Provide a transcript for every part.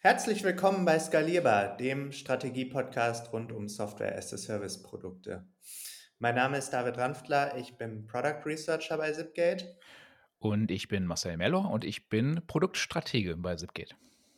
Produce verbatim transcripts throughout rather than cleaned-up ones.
Herzlich willkommen bei Skalierbar, dem Strategie-Podcast rund um Software-as-a-Service-Produkte. Mein Name ist David Ranftler, ich bin Product Researcher bei Zipgate. Und ich bin Marcel Mellor und ich bin Produktstratege bei Zipgate.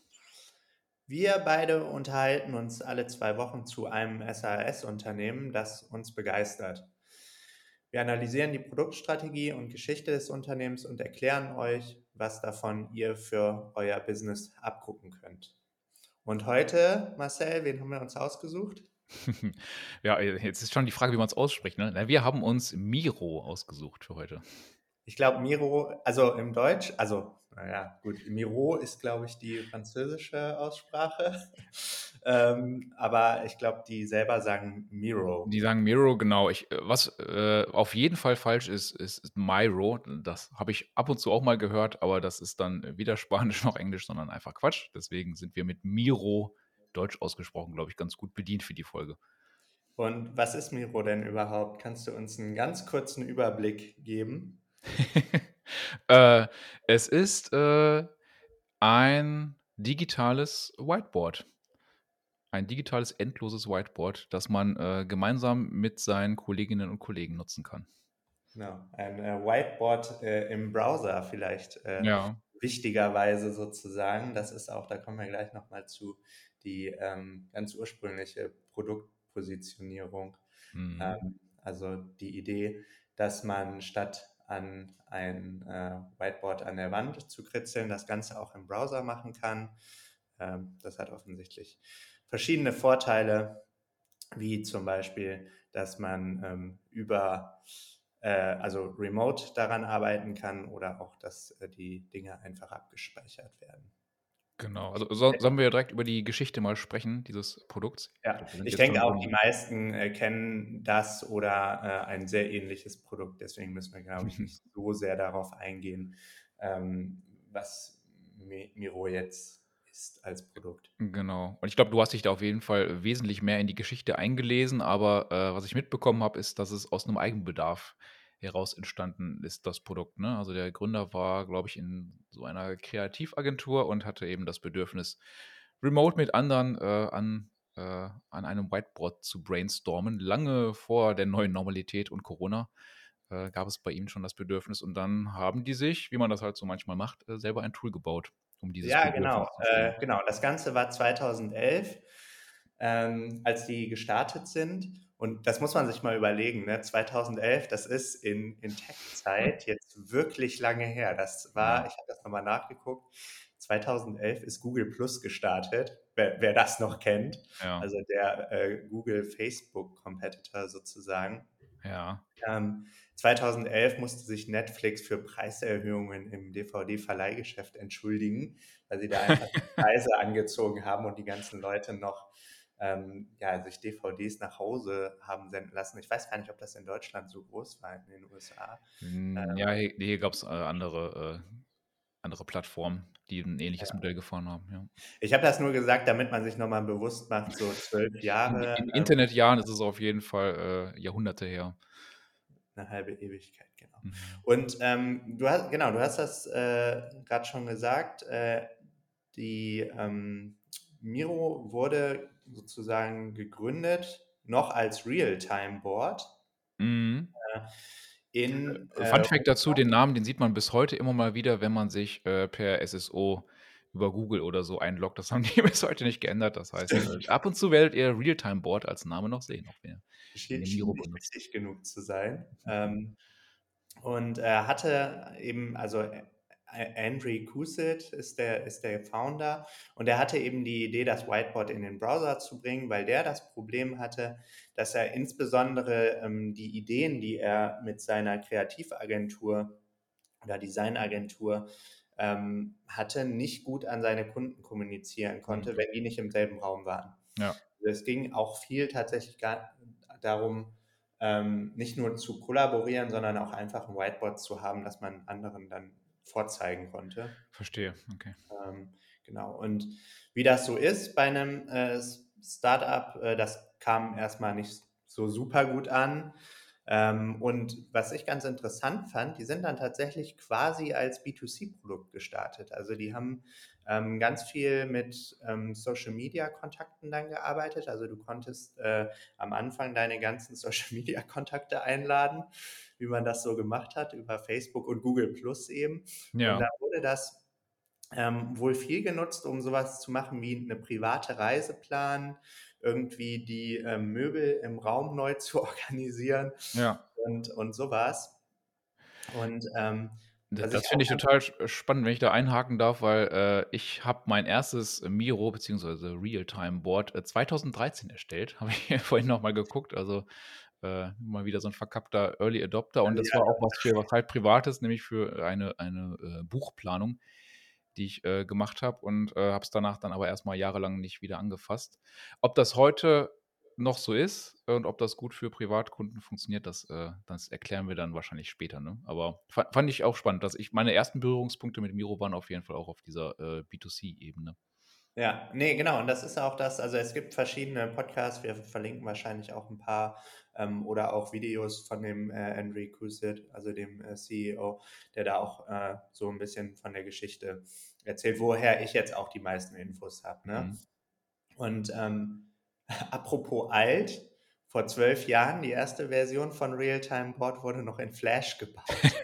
Wir beide unterhalten uns alle zwei Wochen zu einem S A S-Unternehmen, das uns begeistert. Wir analysieren die Produktstrategie und Geschichte des Unternehmens und erklären euch, was davon ihr für euer Business abgucken könnt. Und heute, Marcel, wen haben wir uns ausgesucht? Ja, jetzt ist schon die Frage, wie man es ausspricht, ne? Na, wir haben uns Miro ausgesucht für heute. Ich glaube, Miro, also im Deutsch, also, naja, gut, Miro ist, glaube ich, die französische Aussprache. ähm, aber ich glaube, die selber sagen Miro. Die sagen Miro, genau. Ich, äh, was äh, auf jeden Fall falsch ist, ist, ist Miro. Das habe ich ab und zu auch mal gehört, aber das ist dann weder Spanisch noch Englisch, sondern einfach Quatsch. Deswegen sind wir mit Miro, deutsch ausgesprochen, glaube ich, ganz gut bedient für die Folge. Und was ist Miro denn überhaupt? Kannst du uns einen ganz kurzen Überblick geben? äh, es ist äh, ein digitales Whiteboard. Ein digitales, endloses Whiteboard, das man, äh, gemeinsam mit seinen Kolleginnen und Kollegen nutzen kann. Genau, ein äh, Whiteboard äh, im Browser vielleicht äh, Ja. wichtigerweise sozusagen. Das ist auch, da kommen wir gleich nochmal zu, die ähm, ganz ursprüngliche Produktpositionierung. Mhm. Ähm, also die Idee, dass man statt an ein äh, Whiteboard an der Wand zu kritzeln, das Ganze auch im Browser machen kann. Ähm, das hat offensichtlich verschiedene Vorteile, wie zum Beispiel, dass man ähm, über, äh, also remote daran arbeiten kann oder auch, dass äh, die Dinge einfach abgespeichert werden. Genau. Also, so sollen wir direkt über die Geschichte mal sprechen dieses Produkts? Ich Ja, glaube, wir sind ich jetzt schon denke auch, die irgendwie meisten äh, kennen das oder äh, ein sehr ähnliches Produkt. Deswegen müssen wir, glaube ich, nicht so sehr darauf eingehen, ähm, was Mi- Miro jetzt ist als Produkt. genau. Und ich glaube, du hast dich da auf jeden Fall wesentlich mehr in die Geschichte eingelesen, aber, äh, was ich mitbekommen habe, ist, dass es aus 'nem Eigenbedarf heraus entstanden ist, das Produkt, ne? Also, der Gründer war, glaube ich, in so einer Kreativagentur und hatte eben das Bedürfnis, remote mit anderen, äh, an äh, an einem Whiteboard zu brainstormen. Lange vor der neuen Normalität und Corona, äh, gab es bei ihm schon das Bedürfnis und dann haben die sich, wie man das halt so manchmal macht, äh, selber ein Tool gebaut, um dieses Ja, genau. Bedürfnis zu stillen. Äh, genau. Das Ganze war zweitausendelf, ähm, als die gestartet sind. Und das muss man sich mal überlegen, ne? zweitausendelf, das ist in, in Tech-Zeit jetzt wirklich lange her. Das war, Ja, ich habe das nochmal nachgeguckt, zweitausendelf ist Google Plus gestartet, wer, wer das noch kennt. ja, Also der äh, Google-Facebook-Competitor sozusagen. ja. Ähm, zweitausendelf musste sich Netflix für Preiserhöhungen im D V D-Verleihgeschäft entschuldigen, weil sie da einfach die Preise angezogen haben und die ganzen Leute noch ähm, ja, sich D V Ds nach Hause haben senden lassen. Ich weiß gar nicht, ob das in Deutschland so groß war, in den U S A. Hm, ja, Ähm, he hier gab's, äh, andere äh, andere Plattformen, die 'n ähnliches Modell gefahren haben, ja. ich habe das nur gesagt, damit man sich nochmal bewusst macht, so zwölf In Jahre, in ähm, Internetjahren ist es auf jeden Fall, äh, Jahrhunderte her. eine halbe Ewigkeit, genau. Mhm. Und ähm, du hast, genau, du hast das äh, gerade schon gesagt, äh, die ähm, Miro wurde sozusagen gegründet, noch als Real-Time-Board Mhm. äh, in Fun äh, Fact dazu, den Namen, den sieht man bis heute immer mal wieder, wenn man sich, äh, per S S O über Google oder so einloggt. Das haben die bis heute nicht geändert. Das heißt, äh, ab und zu werdet ihr Realtime Board als Name noch sehen, auch wenn ihr wenn schien, ihr schien Miro nicht benutzt. wichtig genug zu sein. Ähm, Und er hatte eben, also Ä- Andrew Kusit ist der, ist der Founder und er hatte eben die Idee, das Whiteboard in den Browser zu bringen, weil der das Problem hatte, dass er insbesondere ähm, die Ideen, die er mit seiner Kreativagentur oder Designagentur ähm, hatte, nicht gut an seine Kunden kommunizieren konnte, Mhm. wenn die nicht im selben Raum waren. Ja, Es ging auch viel tatsächlich gar darum, ähm, nicht nur zu kollaborieren, sondern auch einfach ein Whiteboard zu haben, das man anderen dann vorzeigen konnte. verstehe, okay. Ähm, genau. Und wie das so ist bei einem äh, Startup, äh, das kam erstmal nicht so super gut an. Ähm, und was ich ganz interessant fand, die sind dann tatsächlich quasi als B zwei C-Produkt gestartet. Also die haben ähm, ganz viel mit ähm, Social-Media-Kontakten dann gearbeitet. Also du konntest äh, am Anfang deine ganzen Social-Media-Kontakte einladen, wie man das so gemacht hat, über Facebook und Google Plus eben. Und da Ja, wurde das ähm, wohl viel genutzt, um sowas zu machen wie eine private Reise planen, irgendwie die ähm, Möbel im Raum neu zu organisieren ja. und, und sowas. Und ähm, D was das ich auch finde ich ganz, total sch äh, spannend, wenn ich da einhaken darf, weil, äh, ich habe mein erstes Miro beziehungsweise Realtime-Board, äh, zweitausenddreizehn erstellt. Habe ich vorhin noch mal geguckt, also, äh, mal wieder so 'n verkappter Early Adopter und also das ja, war auch was für was halt Privates, nämlich für eine eine, äh, Buchplanung, die ich, äh, gemacht habe und, äh, habe es danach dann aber erst mal jahrelang nicht wieder angefasst. Ob das heute noch so ist und ob das gut für Privatkunden funktioniert, das, äh das erklären wir dann wahrscheinlich später, ne? Aber fa fand ich auch spannend, dass ich meine ersten Berührungspunkte mit Miro waren auf jeden Fall auch auf dieser, äh, B zwei C-Ebene. ja, ne, genau. Und das ist auch das, also es gibt verschiedene Podcasts, wir verlinken wahrscheinlich auch ein paar ähm, oder auch Videos von dem äh, Andrew Cusit, also dem äh, C E O, der da auch äh, so ein bisschen von der Geschichte erzählt, woher ich jetzt auch die meisten Infos habe. Ne? Mhm. Und ähm, apropos alt, vor zwölf Jahren, die erste Version von Realtime Board wurde noch in Flash gebaut.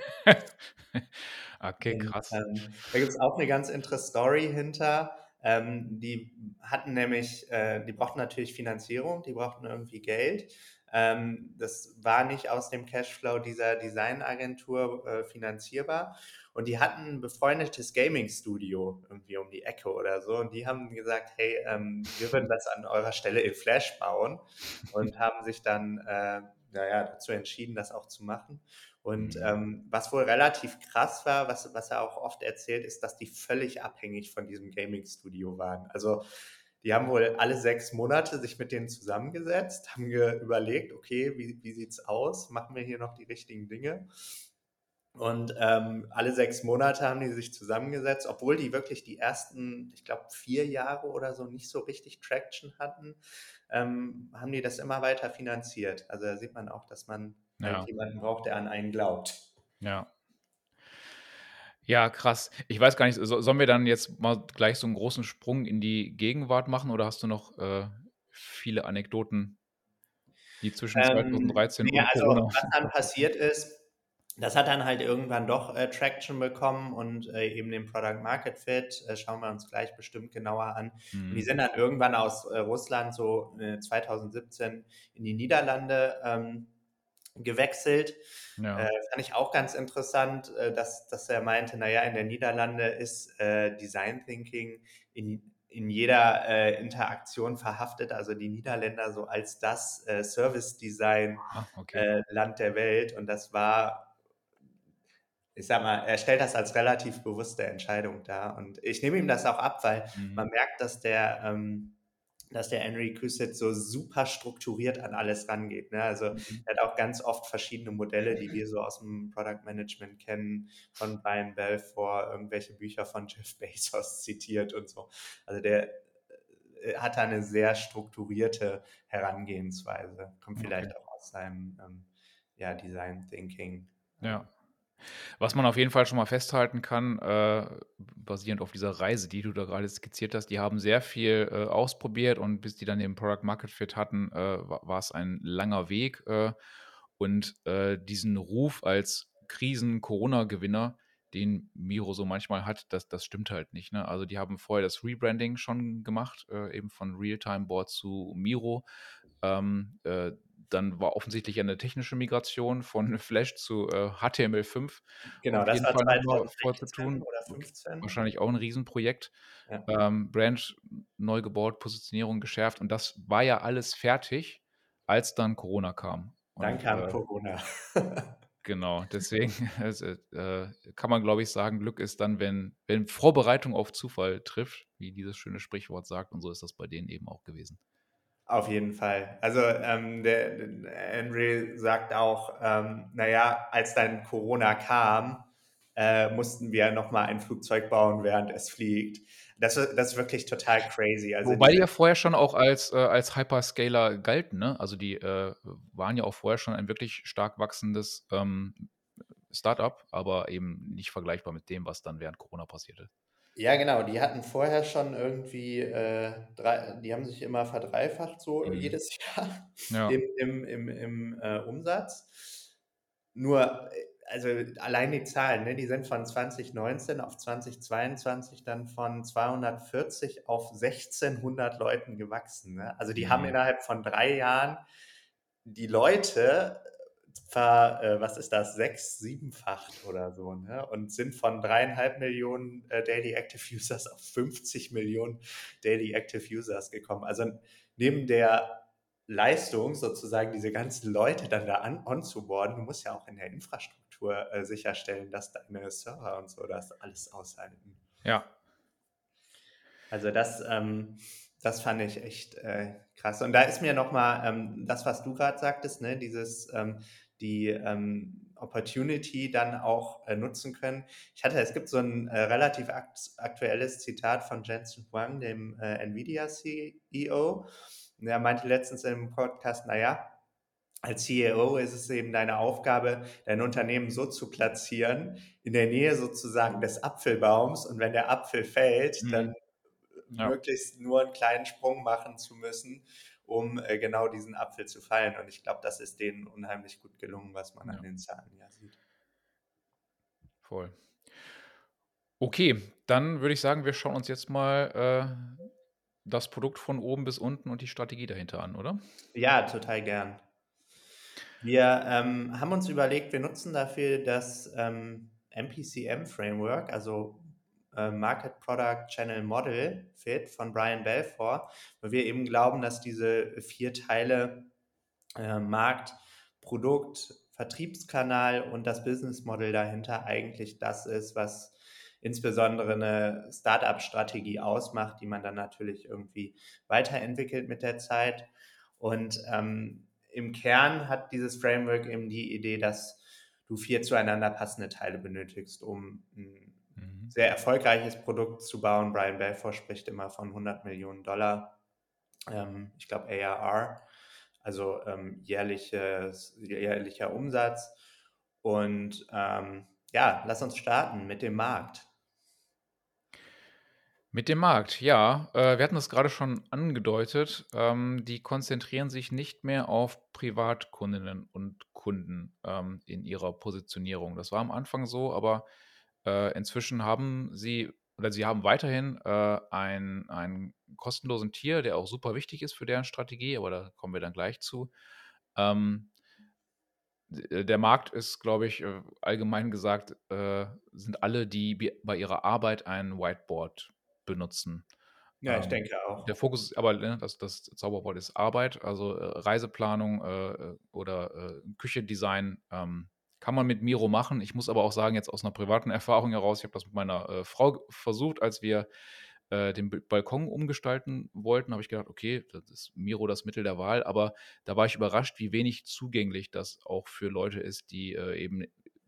Okay, Und krass. ähm, da gibt es auch eine ganz interessante Story hinter. Ähm, die hatten nämlich, äh, die brauchten natürlich Finanzierung, die brauchten irgendwie Geld. Ähm, das war nicht aus dem Cashflow dieser Designagentur äh, finanzierbar. Und die hatten ein befreundetes Gaming-Studio irgendwie um die Ecke oder so. Und die haben gesagt, hey, ähm, wir würden das an eurer Stelle in Flash bauen. Und haben sich dann, äh, naja, dazu entschieden, das auch zu machen. Und Mhm. ähm, was wohl relativ krass war, was, was er auch oft erzählt, ist, dass die völlig abhängig von diesem Gaming-Studio waren. Also die haben wohl alle sechs Monate sich mit denen zusammengesetzt, haben ge überlegt, okay, wie, wie sieht's aus? Machen wir hier noch die richtigen Dinge? Und ähm, alle sechs Monate haben die sich zusammengesetzt, obwohl die wirklich die ersten, ich glaube, vier Jahre oder so nicht so richtig Traction hatten, ähm, haben die das immer weiter finanziert. Also da sieht man auch, dass man halt Ja, jemanden braucht, der an einen glaubt. ja. Ja, krass. Ich weiß gar nicht, so sollen wir dann jetzt mal gleich so 'n großen Sprung in die Gegenwart machen oder hast du noch, äh, viele Anekdoten, die zwischen Ähm, zweitausenddreizehn ne, und also Corona was dann passiert sind? passiert ist, das hat dann halt irgendwann doch äh, Traction bekommen und äh, eben den Product Market Fit, äh, schauen wir uns gleich bestimmt genauer an. Und die Mhm. sind dann irgendwann aus äh, Russland so äh, zweitausendsiebzehn in die Niederlande ähm, gewechselt. Äh, Ja. fand ich auch ganz interessant, äh, dass, dass er meinte, naja, in der Niederlande ist äh, Design Thinking in, in jeder äh, Interaktion verhaftet, also die Niederländer so als das äh, Service Design Ah, okay. äh, Land der Welt. Und das war, ich sag mal, er stellt das als relativ bewusste Entscheidung dar. Und ich nehme ihm das auch ab, weil Mhm. man merkt, dass der, ähm, dass der Henry Cusitt so super strukturiert an alles rangeht. Ne? Also Mhm. er hat auch ganz oft verschiedene Modelle, die wir so aus dem Product Management kennen, von Brian Balfour, irgendwelche Bücher von Jeff Bezos zitiert und so. Also der äh, hat da eine sehr strukturierte Herangehensweise. Kommt Okay. vielleicht auch aus seinem ähm, ja, Design Thinking. Ja. Ähm, Was man auf jeden Fall schon mal festhalten kann, äh, basierend auf dieser Reise, die du da gerade skizziert hast, die haben sehr viel, äh, ausprobiert und bis die dann den Product Market Fit hatten, äh, wa war's ein langer Weg, äh, und, äh, diesen Ruf als Krisen-Corona-Gewinner, den Miro so manchmal hat, das das stimmt halt nicht, ne? Also, die haben vorher das Rebranding schon gemacht, äh, eben von Realtime Board zu Miro. Ähm, äh, Dann war offensichtlich eine technische Migration von Flash zu, äh, H T M L fünf genau, auf das jeden war Fall noch mal zweitausendsechzehn vorzutun. oder Okay, fünfzehn. wahrscheinlich auch 'n Riesenprojekt. Ja. Ähm, Brand neu gebaut, Positionierung geschärft und das war ja alles fertig, als dann Corona kam. Dann Und, kam äh, Corona. genau, deswegen also, äh, kann man, glaube ich, sagen, Glück ist dann, wenn wenn Vorbereitung auf Zufall trifft, wie dieses schöne Sprichwort sagt und so ist das bei denen eben auch gewesen. Auf jeden Fall. Also ähm, der, der Andre sagt auch, ähm, naja, als dann Corona kam, äh, mussten wir nochmal ein Flugzeug bauen, während es fliegt. Das, ist- das ist wirklich total crazy. Also Wobei die diese, ja vorher schon auch als äh, als Hyperscaler galten, ne? Also, die, äh, waren ja auch vorher schon ein wirklich stark wachsendes, ähm, Start-up, aber eben nicht vergleichbar mit dem, was dann während Corona passierte. Ja, genau, die hatten vorher schon irgendwie, äh, drei die haben sich immer verdreifacht so Mhm. jedes Jahr Ja. im im im im, äh, Umsatz. Nur, äh, also allein die Zahlen, ne, die sind von zwanzig neunzehn auf zwanzig zweiundzwanzig dann von zweihundertvierzig auf sechzehnhundert Leuten gewachsen, ne? Also, die haben Mhm. innerhalb von drei Jahren die Leute ver äh, was ist das, sechs, siebenfacht oder so, ne? Und sind von dreieinhalb Millionen äh, Daily Active Users auf fünfzig Millionen Daily Active Users gekommen. Also neben der Leistung sozusagen diese ganzen Leute dann da an onzuboarden, du musst ja auch in der Infrastruktur äh, sicherstellen, dass deine Server und so das alles aushalten. Ja. Also das, ähm, das fand ich echt äh, krass. Und da ist mir nochmal ähm, das, was du gerade sagtest, ne, dieses ähm, die ähm, Opportunity dann auch äh, nutzen können. Ich hatte, es gibt so ein äh, relativ akt aktuelles Zitat von Jensen Huang, dem äh, Nvidia C E O. Und er meinte letztens im Podcast, naja, als C E O ist es eben deine Aufgabe, dein Unternehmen so zu platzieren, in der Nähe sozusagen des Apfelbaums. Und wenn der Apfel fällt, Mhm. dann Ja. möglichst nur einen kleinen Sprung machen zu müssen, um äh, genau diesen Apfel zu fallen. Und ich glaube, das ist denen unheimlich gut gelungen, was man an Ja. den Zahlen ja sieht. Voll. Okay, dann würde ich sagen, wir schauen uns jetzt mal, äh, das Produkt von oben bis unten und die Strategie dahinter an, oder? Ja, total gern. Wir ähm, haben uns überlegt, wir nutzen dafür das ähm, M P C M-Framework, also äh, Market Product Channel Model Fit von Brian Balfour, weil wir eben glauben, dass diese vier Teile äh, Markt, Produkt, Vertriebskanal und das Business Model dahinter eigentlich das ist, was insbesondere eine Startup-Strategie ausmacht, die man dann natürlich irgendwie weiterentwickelt mit der Zeit. Und ähm, im Kern hat dieses Framework eben die Idee, dass du vier zueinander passende Teile benötigst, um ein Mhm. sehr erfolgreiches Produkt zu bauen. Brian Balfour spricht immer von hundert Millionen Dollar, ähm, ich glaube A R R, also ähm, jährliches, jährlicher Umsatz. Und ähm, ja, lass uns starten mit dem Markt. Mit dem Markt, ja. Äh, wir hatten das gerade schon angedeutet. Ähm, die konzentrieren sich nicht mehr auf Privatkundinnen und Kunden, ähm, in ihrer Positionierung. Das war am Anfang so, aber, äh, inzwischen haben sie oder sie haben weiterhin, äh, ein einen kostenlosen Tier, der auch super wichtig ist für deren Strategie, aber da kommen wir dann gleich zu. Ähm äh, der Markt ist, glaube ich, äh, allgemein gesagt, äh, sind alle, die bi bei ihrer Arbeit ein Whiteboard benutzen. Ja, ich Ähm, denke der auch. Fokus ist aber, ne, das das Zauberwort ist Arbeit, also, äh, Reiseplanung, äh, äh, oder, äh, Küchendesign, ähm, kann man mit Miro machen. Ich muss aber auch sagen, jetzt aus einer privaten Erfahrung heraus, ich habe das mit meiner, äh, Frau g versucht, als wir, äh, den B Balkon umgestalten wollten, habe ich gedacht: „Okay, das ist Miro das Mittel der Wahl“, aber da war ich überrascht, wie wenig zugänglich das auch für Leute ist, die, äh, eben, äh,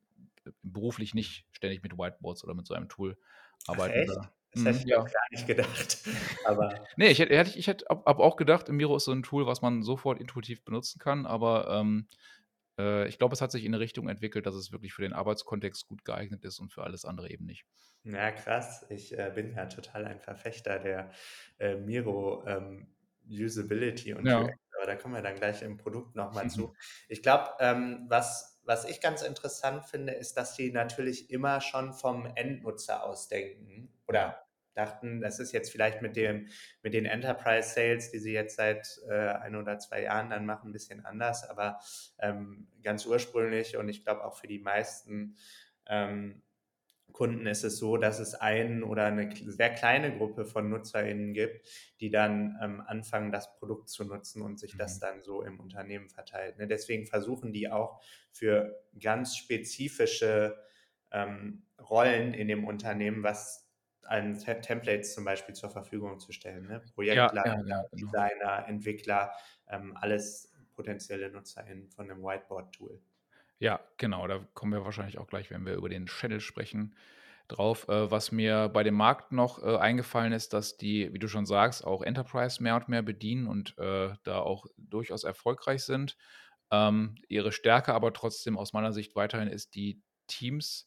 beruflich nicht ständig mit Whiteboards oder mit so einem Tool Ach arbeiten echt? da. Das hätte Mhm, ich ja. jetzt gar nicht gedacht. Aber Ne, ich hätte hätte ich hätte habe habe auch gedacht, Miro ist so 'n Tool, was man sofort intuitiv benutzen kann, aber, ähm, äh, ich glaube, es hat sich in 'ne Richtung entwickelt, dass es wirklich für den Arbeitskontext gut geeignet ist und für alles andere eben nicht. ja, krass. Ich äh, bin ja total ein Verfechter der äh, Miro ähm, Usability und U X, Ja. aber da kommen wir dann gleich im Produkt nochmal zu. Ich glaube, ähm, was, was ich ganz interessant finde, ist, dass die natürlich immer schon vom Endnutzer aus denken Ja. oder dachten, das ist jetzt vielleicht mit dem, mit den Enterprise Sales, die sie jetzt seit äh, ein oder zwei Jahren dann machen, ein bisschen anders, aber ähm, ganz ursprünglich und ich glaube auch für die meisten ähm, Kunden ist es so, dass es einen oder eine sehr kleine Gruppe von NutzerInnen gibt, die dann ähm, anfangen, das Produkt zu nutzen und sich das Mhm. dann so im Unternehmen verteilt. Ne? Deswegen versuchen die auch für ganz spezifische ähm, Rollen in dem Unternehmen was an Te- Templates zum Beispiel zur Verfügung zu stellen. Ne? Ja, Projektleiter, ja, ja, genau. Designer, Entwickler, ähm, alles potenzielle NutzerInnen von einem Whiteboard-Tool. Ja, genau, da kommen wir wahrscheinlich auch gleich, wenn wir über den Channel sprechen, drauf. Äh, was mir bei dem Markt noch, äh, eingefallen ist, dass die, wie du schon sagst, auch Enterprise mehr und mehr bedienen und, äh, da auch durchaus erfolgreich sind. Ähm, ihre Stärke aber trotzdem aus meiner Sicht weiterhin ist, die Teams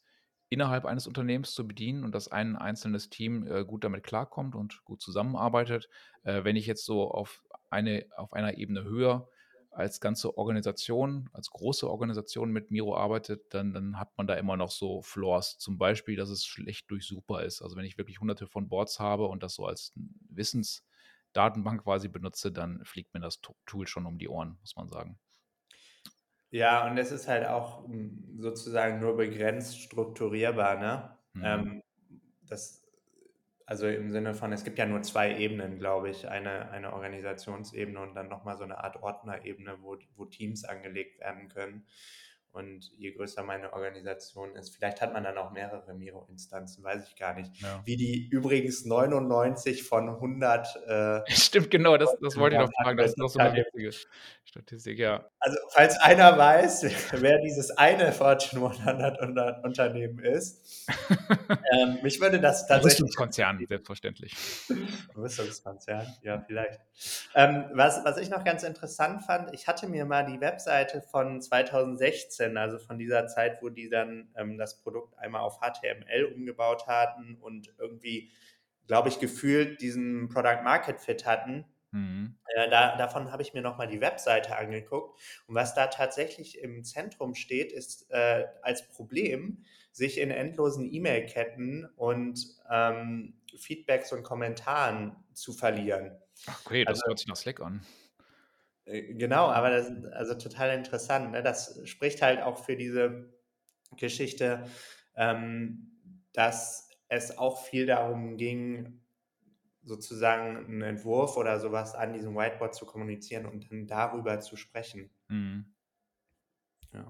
innerhalb eines Unternehmens zu bedienen und dass ein einzelnes Team, äh, gut damit klarkommt und gut zusammenarbeitet. Äh, wenn ich jetzt so auf eine auf einer Ebene höher als ganze Organisation als große Organisation mit Miro arbeitet, dann dann hat man da immer noch so Flaws. Zum Beispiel, dass es schlecht durchsuchbar ist. Also, wenn ich wirklich Hunderte von Boards habe und das so als Wissensdatenbank quasi benutze, dann fliegt mir das To Tool schon um die Ohren, muss man sagen. Ja, und es ist halt auch, hm, sozusagen nur begrenzt strukturierbar, ne? Mhm. Ähm, das also im Sinne von, es gibt ja nur zwei Ebenen, glaube ich. Eine eine Organisationsebene und dann noch mal so eine Art Ordnerebene, wo wo Teams angelegt werden können. Und je größer meine Organisation ist, vielleicht hat man dann auch mehrere Miro-Instanzen, weiß ich gar nicht. Ja. Wie die übrigens neunundneunzig von hundert, äh, Stimmt, genau, das das wollte ich noch fragen. Das ist noch so 'ne Unternehmen. witzige Statistik, ja. Also, falls einer weiß, wer dieses eine Fortune hundert Unter Unternehmen ist, ähm, mich würde das 'N tatsächlich Rüstungskonzern, interessieren. selbstverständlich. Rüstungskonzern, ja, vielleicht. Ähm, was was ich noch ganz interessant fand, ich hatte mir mal die Webseite von zweitausendsechzehn, also von dieser Zeit, wo die dann, ähm, das Produkt einmal auf H T M L umgebaut hatten und irgendwie, glaube ich, gefühlt diesen Product Market Fit hatten. Mhm. Äh, da davon habe ich mir noch mal die Webseite angeguckt und was da tatsächlich im Zentrum steht, ist, äh, als Problem, sich in endlosen E-Mail-Ketten und, ähm, Feedbacks und Kommentaren zu verlieren. Ach, okay, Also, das hört sich nach Slack an. äh, genau, aber das ist also total interessant, ne? Das spricht halt auch für diese Geschichte, ähm, dass es auch viel darum ging, sozusagen 'n Entwurf oder sowas an diesem Whiteboard zu kommunizieren und dann darüber zu sprechen. Mhm. Ja,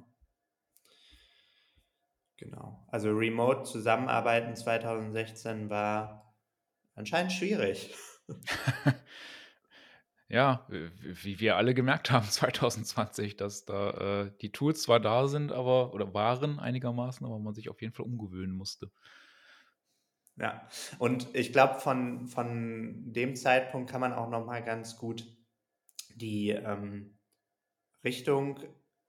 genau. Also, remote zusammenarbeiten zweitausendsechzehn war anscheinend schwierig. Ja, w wie wir alle gemerkt haben zwanzig zwanzig, dass da, äh, die Tools zwar da sind, aber oder waren einigermaßen, aber man sich auf jeden Fall umgewöhnen musste. Ja, und ich glaube, von von dem Zeitpunkt kann man auch noch mal ganz gut die, ähm, Richtung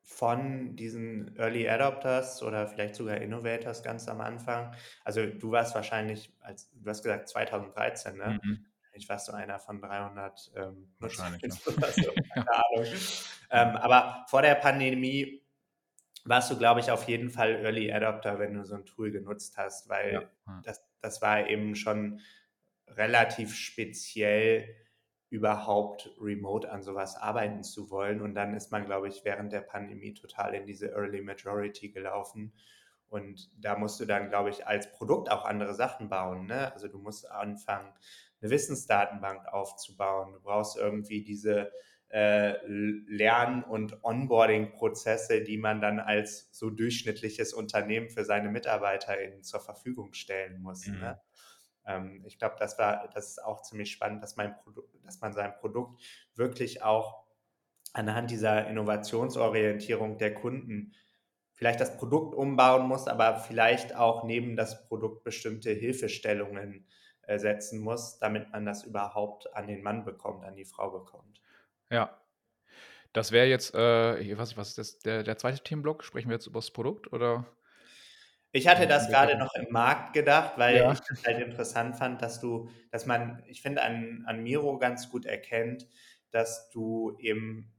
von diesen Early Adopters oder vielleicht sogar Innovators ganz am Anfang, also, du warst wahrscheinlich als du hast gesagt zweitausenddreizehn, ne? Mhm. Vielleicht warst du einer von dreihundert, ähm, Nutzern Wahrscheinlich, ja. oder so, Ja. keine Ahnung. Ja. Ähm, aber vor der Pandemie warst du, glaube ich, auf jeden Fall Early Adopter, wenn du so 'n Tool genutzt hast, Ja, weil ja. das das war eben schon relativ speziell, überhaupt remote an so was arbeiten zu wollen. Und dann ist man, glaube ich, während der Pandemie total in diese Early Majority gelaufen. Und da musst du dann, glaube ich, als Produkt auch andere Sachen bauen, ne? Also, du musst anfangen, 'ne Wissensdatenbank aufzubauen. Du brauchst irgendwie diese, äh, L Lern und Onboarding-Prozesse, die man dann als so durchschnittliches Unternehmen für seine MitarbeiterInnen zur Verfügung stellen muss, ne? Mhm. Ähm, ich glaube, das war das ist auch ziemlich spannend, dass mein Produ dass man sein Produkt wirklich auch anhand dieser Innovationsorientierung der Kunden vielleicht das Produkt umbauen muss, aber vielleicht auch neben das Produkt bestimmte Hilfestellungen, äh, setzen muss, damit man das überhaupt an den Mann bekommt, an die Frau bekommt. Ja. Das wäre jetzt, äh, ich weiß nicht, was ist das der der zweite Themenblock? Sprechen wir jetzt übers Produkt oder Ich oder hatte in das welcher grade noch Reihenfolge? im Markt gedacht, weil Ja. ich das halt interessant fand, dass du dass man ich finde, an an Miro ganz gut erkennt, dass du eben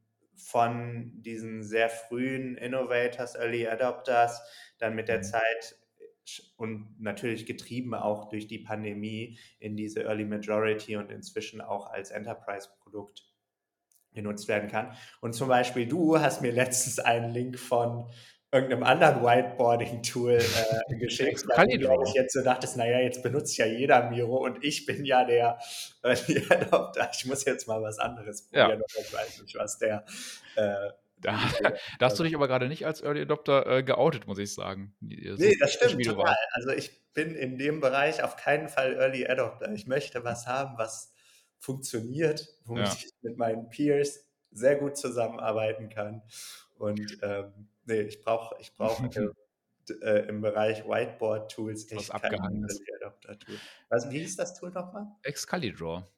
von diesen sehr frühen Innovators, Early Adopters dann mit der Mhm. Zeit sch und natürlich getrieben auch durch die Pandemie in diese Early Majority und inzwischen auch als Enterprise-Produkt genutzt werden kann. Und zum Beispiel du hast mir letztens einen Link von irgend 'nem anderen Whiteboarding-Tool, äh, geschickt, weil du, glaube ich, Excalibur. jetzt so dachtest: „Na ja, jetzt benutzt ja jeder Miro und ich bin ja der Early Adopter. Ich muss jetzt mal was anderes Ja. probieren“, oder ich weiß nicht, was der, äh Da die Idee da hast dahinter du war. dich aber grade nicht als Early Adopter, äh, geoutet, muss ich sagen. J so Ne, das skeptisch, stimmt wie du total. warst. Also, ich bin in dem Bereich auf keinen Fall Early Adopter. Ich möchte was haben, was funktioniert, womit Ja. ich mit meinen Peers sehr gut zusammenarbeiten kann. Und, ähm, ne, ich brauche ich brauche, äh, d äh, im Bereich Whiteboard-Tools Was echt kein Abgehangenes. Early Adopter-Tool. Was wie hieß das Tool noch mal? Excalidur.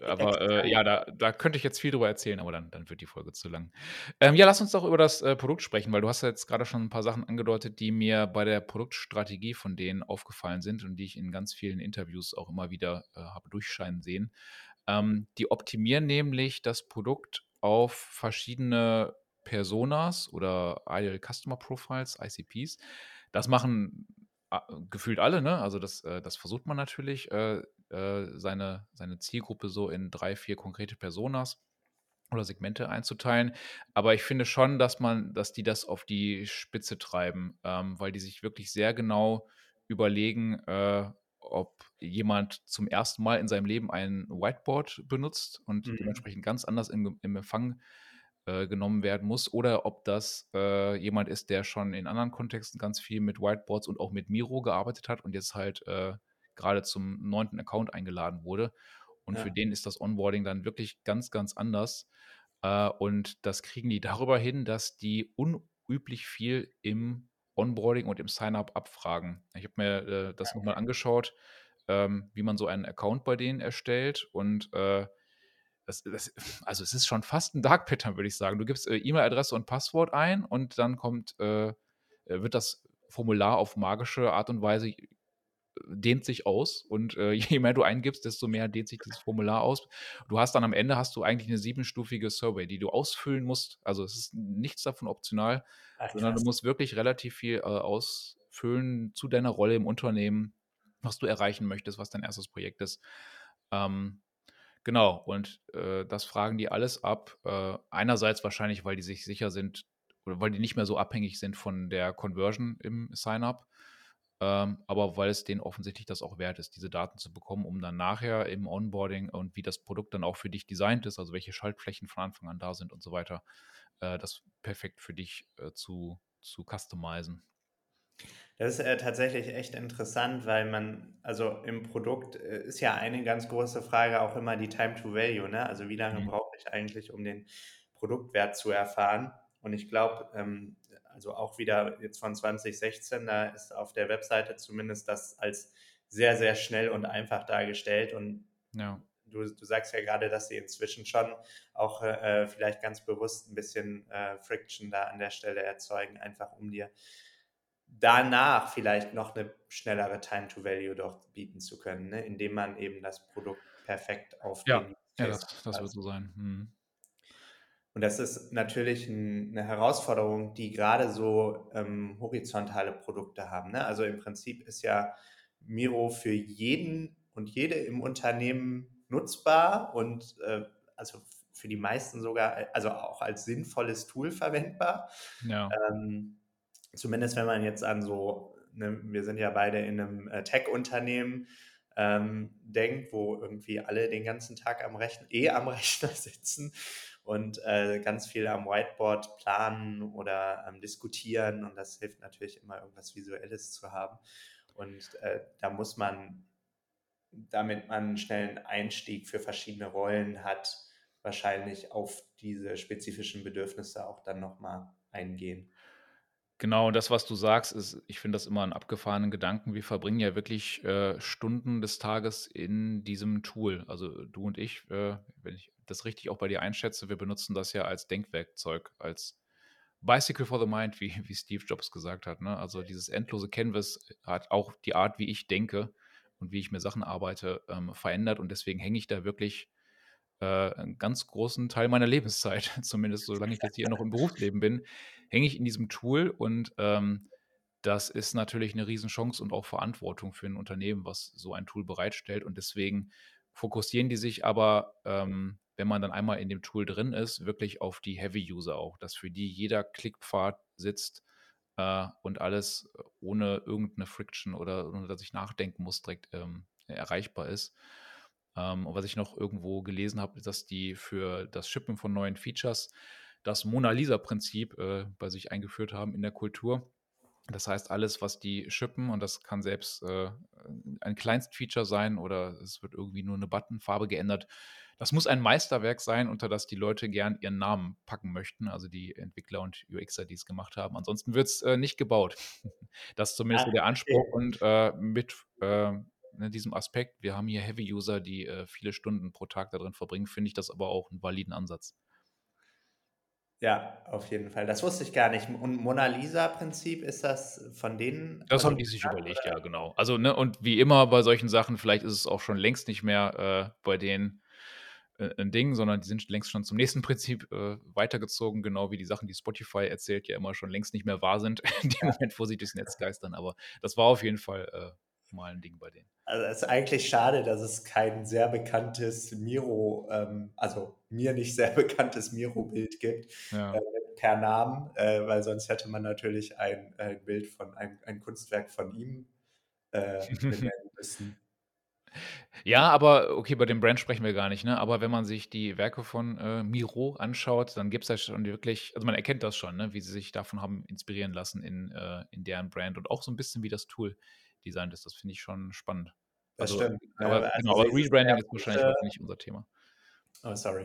Ja, aber, äh, klar. ja, da da könnte ich jetzt viel drüber erzählen, aber dann dann wird die Folge zu lang. Ähm, ja, lass uns doch über das, äh, Produkt sprechen, weil du hast ja jetzt grade schon 'n paar Sachen angedeutet, die mir bei der Produktstrategie von denen aufgefallen sind und die ich in ganz vielen Interviews auch immer wieder, äh, habe durchscheinen sehen. Ähm, die optimieren nämlich das Produkt auf verschiedene Personas oder Ideal Customer Profiles, I C Ps. Das machen a gefühlt alle, ne? Also, das äh, das versucht man natürlich, äh, äh, seine seine Zielgruppe so in drei, vier konkrete Personas oder Segmente einzuteilen. Aber ich finde schon, dass man dass die das auf die Spitze treiben, ähm, weil die sich wirklich sehr genau überlegen, äh, ob jemand zum ersten Mal in seinem Leben ein Whiteboard benutzt und Mhm. dementsprechend ganz anders im im Empfang, äh, genommen werden muss oder ob das, äh, jemand ist, der schon in anderen Kontexten ganz viel mit Whiteboards und auch mit Miro gearbeitet hat und jetzt halt, äh, grade zum neunten Account eingeladen wurde. Und für Ja. den ist das Onboarding dann wirklich ganz, ganz anders. Äh, und das kriegen die darüber hin, dass die unüblich viel im Onboarding und im Sign-up abfragen. Ich habe mir, äh, das noch mal angeschaut, ähm, wie man so einen Account bei denen erstellt und, äh, das das also, es ist schon fast 'n Dark Pattern, würde ich sagen. Du gibst, äh, E-Mail-Adresse und Passwort ein und dann kommt äh, äh, wird das Formular auf magische Art und Weise dehnt sich aus und, äh, je mehr du eingibst, desto mehr dehnt sich dieses Formular aus. Du hast dann am Ende hast du eigentlich 'ne siebenstufige Survey, die du ausfüllen musst. Also, es ist nichts davon optional, Ach, sondern du krass. musst wirklich relativ viel, äh, ausfüllen zu deiner Rolle im Unternehmen, was du erreichen möchtest, was dein erstes Projekt ist. Ähm, genau, und, äh, das fragen die alles ab. Äh, einerseits wahrscheinlich, weil die sich sicher sind oder weil die nicht mehr so abhängig sind von der Conversion im Sign-up, ähm, aber weil es denen offensichtlich das auch wert ist, diese Daten zu bekommen, um dann nachher im Onboarding und wie das Produkt dann auch für dich designt ist, also welche Schaltflächen von Anfang an da sind und so weiter, äh, das perfekt für dich, äh, zu zu customizen. Das ist, äh, tatsächlich echt interessant, weil man also, im Produkt, äh, ist ja eine ganz große Frage auch immer die Time to Value, ne? Also, wie lange Mhm. brauche ich eigentlich, um den Produktwert zu erfahren? Und ich glaube, ähm, also, auch wieder jetzt von zwanzig sechzehn, da ist auf der Webseite zumindest das als sehr, sehr schnell und einfach dargestellt. Und Ja. du du sagst ja grade, dass sie inzwischen schon auch, äh, äh, vielleicht ganz bewusst 'n bisschen, äh, Friction da an der Stelle erzeugen, einfach um dir danach vielleicht noch 'ne schnellere Time to Value doch bieten zu können, ne, indem man eben das Produkt perfekt auf Ja, den Use ja, Case das das wird passt. so sein. Mhm. Und das ist natürlich 'n 'ne Herausforderung, die grade so, ähm, horizontale Produkte haben, ne? Also, im Prinzip ist ja Miro für jeden und jede im Unternehmen nutzbar und, äh, also, f für die meisten sogar äh, also, auch als sinnvolles Tool verwendbar. Ja. Ähm, zumindest wenn man jetzt an so ne, wir sind ja beide in 'nem, äh, Tech-Unternehmen, ähm, denkt, wo irgendwie alle den ganzen Tag am Rechn eh am Rechner sitzen und, äh, ganz viel am Whiteboard planen oder, ähm, diskutieren und das hilft natürlich immer, irgendwas Visuelles zu haben. Und, äh, da muss man, damit man 'n schnellen Einstieg für verschiedene Rollen hat, wahrscheinlich auf diese spezifischen Bedürfnisse auch dann noch mal eingehen. Genau, und das, was du sagst, ist ich finde das immer 'n abgefahrenen Gedanken. Wir verbringen ja wirklich, äh, Stunden des Tages in diesem Tool. Also, du und ich, äh, wenn ich das richtig auch bei dir einschätze, wir benutzen das ja als Denkwerkzeug, als Bicycle for the Mind, wie wie Steve Jobs gesagt hat, ne? Also, dieses endlose Canvas hat auch die Art, wie ich denke und wie ich mit Sachen arbeite, ähm, verändert und deswegen hänge ich da wirklich, äh, 'n ganz großen Teil meiner Lebenszeit, zumindest solange ich jetzt hier noch im Berufsleben bin, hänge ich in diesem Tool und, ähm, das ist natürlich 'ne Riesenchance und auch Verantwortung für 'n Unternehmen, was so ein Tool bereitstellt und deswegen fokussieren die sich aber, ähm, wenn man dann einmal in dem Tool drin ist, wirklich auf die Heavy User auch, dass für die jeder Klickpfad sitzt, äh, und alles ohne irgend 'ne Friction oder ohne dass ich nachdenken muss, direkt, ähm, erreichbar ist. Ähm, und was ich noch irgendwo gelesen habe, ist, dass die für das Shippen von neuen Features das Mona-Lisa-Prinzip, äh, bei sich eingeführt haben in der Kultur. Das heißt, alles, was die shippen und das kann selbst, äh, ein Kleinstfeature sein oder es wird irgendwie nur 'ne Buttonfarbe geändert. Das muss ein Meisterwerk sein, unter das die Leute gern ihren Namen packen möchten, also, die Entwickler und UXer, die's gemacht haben. Ansonsten wird's, äh, nicht gebaut. Das ist zumindest Ah, so der Anspruch okay. und, äh, mit f ähm ne, diesem Aspekt, wir haben hier Heavy-User, die äh, viele Stunden pro Tag da drin verbringen, finde ich das aber auch einen validen Ansatz. Ja, auf jeden Fall. Das wusste ich gar nicht. Und Mona Lisa-Prinzip, ist das von denen, Das also haben die sich überlegt, ja, genau. Also, ne, und wie immer bei solchen Sachen, vielleicht ist es auch schon längst nicht mehr äh, bei denen äh, 'n Ding, sondern die sind längst schon zum nächsten Prinzip äh, weitergezogen, genau wie die Sachen, die Spotify erzählt, ja immer schon längst nicht mehr wahr sind in dem Moment, wo sie durchs Netz geistern. Aber das war auf jeden Fall äh, mal ein Ding bei denen. Also, es ist eigentlich schade, dass es kein sehr bekanntes Miro, ähm, also mir nicht sehr bekanntes Miro-Bild gibt, äh, Ja. per Namen, äh, weil sonst hätte man natürlich ein, ein Bild von ein, ein Kunstwerk von ihm äh, benennen müssen. Ja, aber okay, bei dem Brand sprechen wir gar nicht, ne? Aber wenn man sich die Werke von äh, Miro anschaut, dann gibt's da schon wirklich, also man erkennt das schon, ne, wie sie sich davon haben inspirieren lassen in äh, in deren Brand und auch so 'n bisschen, wie das Tool designt ist. Das finde ich schon spannend. Das Also, stimmt, ne? aber Also genau, aber dieses sehr Rebranding ist wahrscheinlich bunte heute nicht unser Thema. oh, sorry.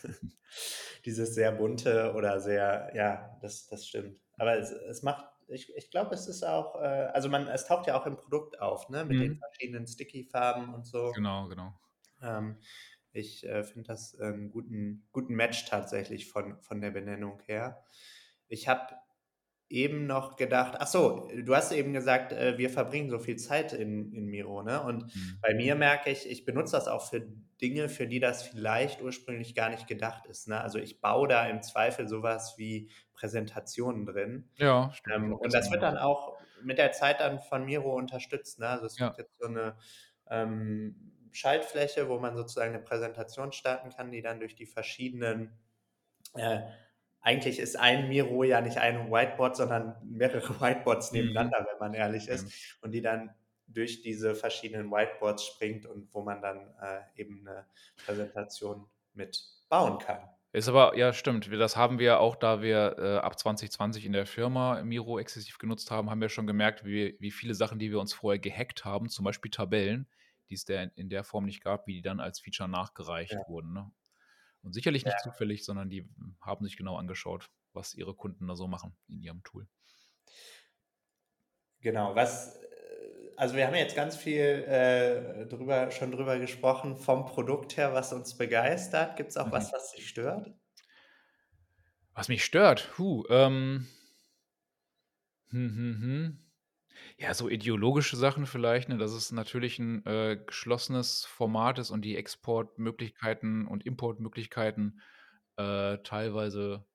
Dieses sehr bunte oder sehr, ja, das, das stimmt. Aber es, es macht, ich, ich glaube, es ist auch, äh, also man, es taucht ja auch im Produkt auf, ne, mit den Mhm. verschiedenen Sticky-Farben und so. Genau, genau. Ähm, ich äh, finde das einen guten, guten Match tatsächlich von, von der Benennung her. Ich habe eben noch gedacht, ach so, du hast eben gesagt, äh, wir verbringen so viel Zeit in, in Miro, ne? Und Mhm. bei mir merke ich, ich benutze das auch für Dinge, für die das vielleicht ursprünglich gar nicht gedacht ist, ne? Also ich baue da im Zweifel sowas wie Präsentationen drin. Ja, stimmt, habe ich Ähm, auch und gestern das wird gemacht. dann auch mit der Zeit dann von Miro unterstützt, ne? Also es gibt Ja. jetzt so eine ähm, Schaltfläche, wo man sozusagen eine Präsentation starten kann, die dann durch die verschiedenen äh, eigentlich ist ein Miro ja nicht ein Whiteboard, sondern mehrere Whiteboards Mhm. nebeneinander, wenn man ehrlich ist, Stimmt. und die dann durch diese verschiedenen Whiteboards springt und wo man dann äh, eben eine Präsentation mit bauen kann. Ist aber ja, stimmt. Wir das haben wir auch, da wir äh, ab zwanzig zwanzig in der Firma Miro exzessiv genutzt haben, haben wir schon gemerkt, wie wie viele Sachen, die wir uns vorher gehackt haben, zum Beispiel Tabellen, die es der in der Form nicht gab, wie die dann als Feature Ja, nachgereicht wurden, ne? Und sicherlich nicht ja, zufällig, sondern die, hm, haben sich genau angeschaut, was ihre Kunden da so machen in ihrem Tool. genau. Was, äh, also wir haben jetzt ganz viel äh, drüber, schon drüber gesprochen, vom Produkt her, was uns begeistert. Gibt es auch Mhm. was, was dich stört? Was mich stört? Puh, ähm, hm, hm, hm. Ja, so ideologische Sachen vielleicht, ne, dass es natürlich 'n äh, geschlossenes Format ist und die Exportmöglichkeiten und Importmöglichkeiten äh, teilweise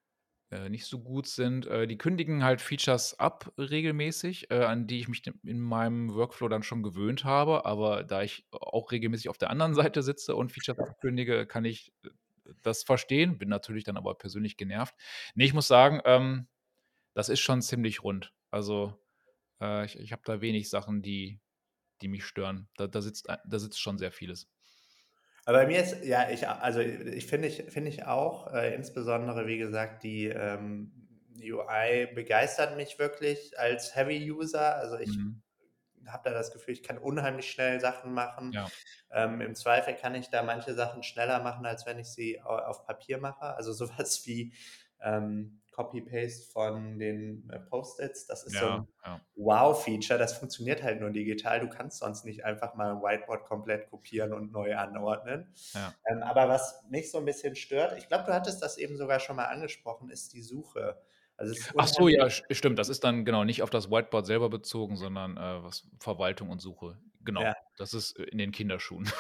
äh, nicht so gut sind. Äh, die kündigen halt Features ab regelmäßig, äh, an die ich mich d in meinem Workflow dann schon gewöhnt habe, aber da ich auch regelmäßig auf der anderen Seite sitze und Features abkündige, kann ich äh, das verstehen, bin natürlich dann aber persönlich genervt. Ne, ich muss sagen, ähm, das ist schon ziemlich rund. Also, äh, ich ich habe da wenig Sachen, die die mich stören. Da da sitzt ei da sitzt schon sehr vieles. Aber bei mir ist, ja, ich, also ich finde ich, finde ich auch, äh, insbesondere, wie gesagt, die ähm, U I begeistert mich wirklich als Heavy-User. Also ich Mhm. habe da das Gefühl, ich kann unheimlich schnell Sachen machen. Ja, Ähm, Im Zweifel kann ich da manche Sachen schneller machen, als wenn ich sie au- auf Papier mache. Also sowas wie ähm, Copy-Paste von den äh, Post-its, das ist so ja, ein ja, Wow-Feature, das funktioniert halt nur digital. Du kannst sonst nicht einfach mal ein Whiteboard komplett kopieren und neu anordnen. ja. Ähm, aber was mich so ein bisschen stört, ich glaube, du hattest das eben sogar schon mal angesprochen, ist die Suche. Also es ist Ach so, unheimlich, ja, st stimmt. Das ist dann genau nicht auf das Whiteboard selber bezogen, sondern äh, was Verwaltung und Suche. Genau, ja, das ist äh, in den Kinderschuhen.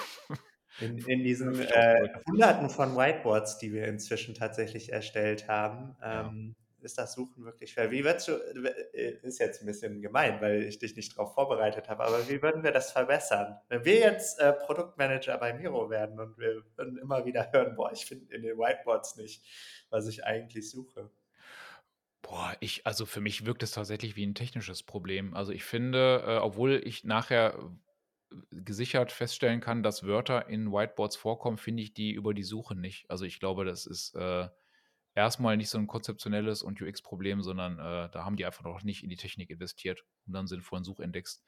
in, in diesen Darf ich äh, ausdrücken. Hunderten von Whiteboards, die wir inzwischen tatsächlich erstellt haben, Ja. ähm, ist das Suchen wirklich schwer. Wie würdest du, äh, ist jetzt ein bisschen gemein, weil ich dich nicht darauf vorbereitet habe, aber wie würden wir das verbessern? Wenn wir jetzt äh, Produktmanager bei Miro werden und wir würden immer wieder hören, boah, ich finde in den Whiteboards nicht, was ich eigentlich suche. Boah, ich also, für mich wirkt es tatsächlich wie 'n technisches Problem. Also, ich finde, äh, obwohl ich nachher äh, gesichert feststellen kann, dass Wörter in Whiteboards vorkommen, finde ich die über die Suche nicht. Also, ich glaube, das ist äh, erst nicht so 'n konzeptionelles und U X-Problem, sondern äh, da haben die einfach noch nicht in die Technik investiert, um dann 'n sinnvollen Suchindex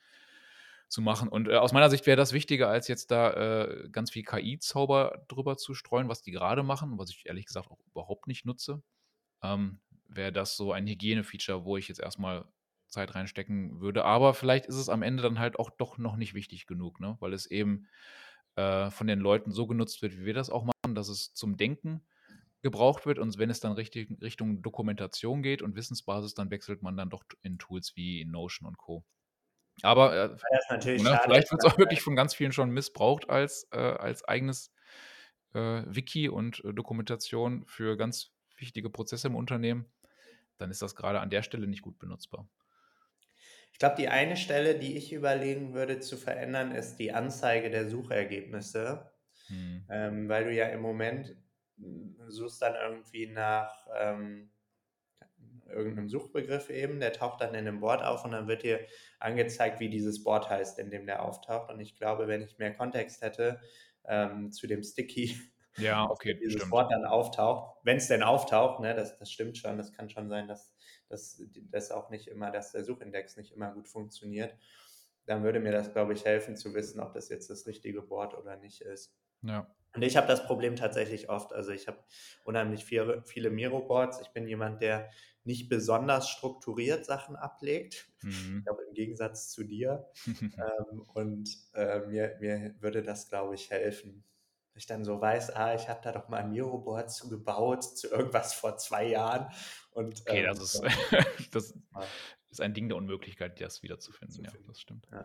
zu machen. Und äh, aus meiner Sicht wäre das wichtiger, als jetzt da äh, ganz viel K I-Zauber drüber zu streuen, was die grade machen, was ich ehrlich gesagt auch überhaupt nicht nutze. Ähm, Wäre das so ein Hygiene-Feature, wo ich jetzt erstmal Zeit reinstecken würde. Aber vielleicht ist es am Ende dann halt auch doch noch nicht wichtig genug, ne? Weil es eben äh, von den Leuten so genutzt wird, wie wir das auch machen, dass es zum Denken gebraucht wird. Und wenn es dann richtig Richtung Dokumentation geht und Wissensbasis, dann wechselt man dann doch in Tools wie Notion und Co. Aber äh, Weil das natürlich ne, schade vielleicht ist, wird es auch wirklich von ganz vielen schon missbraucht als, äh, als eigenes äh, Wiki und äh, Dokumentation für ganz wichtige Prozesse im Unternehmen. Dann ist das gerade an der Stelle nicht gut benutzbar. ich glaube, die eine Stelle, die ich überlegen würde zu verändern, ist die Anzeige der Suchergebnisse. Hm. Ähm, weil du ja im Moment mm, suchst dann irgendwie nach ähm, irgendeinem Suchbegriff eben, der taucht dann in einem Board auf und dann wird dir angezeigt, wie dieses Board heißt, in dem der auftaucht. Und ich glaube, wenn ich mehr Kontext hätte ähm, zu dem Sticky, Ja, auf dem okay, dieses stimmt. Wort dann auftaucht, wenn es denn auftaucht, ne, das, das stimmt schon, das kann schon sein, dass dass das auch nicht immer, dass der Suchindex nicht immer gut funktioniert, dann würde mir das, glaube ich, helfen zu wissen, ob das jetzt das richtige Board oder nicht ist. Ja. Und ich habe das Problem tatsächlich oft. Also ich habe unheimlich viele, viele Miro-Boards. Ich bin jemand, der nicht besonders strukturiert Sachen ablegt. Ich Mhm. glaube, im Gegensatz zu dir. Ähm, und äh, mir, mir würde das, glaube ich, helfen. Dass ich dann so weiß, ah, ich habe da doch mal ein Miro-Board zugebaut zu irgendwas vor zwei Jahren. Und Okay, das ähm, ist, das mal ist ein Ding der Unmöglichkeit, das wiederzufinden. zu Ja, finden. das stimmt. Ja.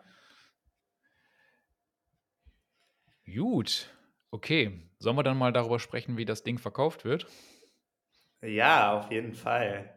Gut, okay. Sollen wir dann mal darüber sprechen, wie das Ding verkauft wird? Ja, auf jeden Fall.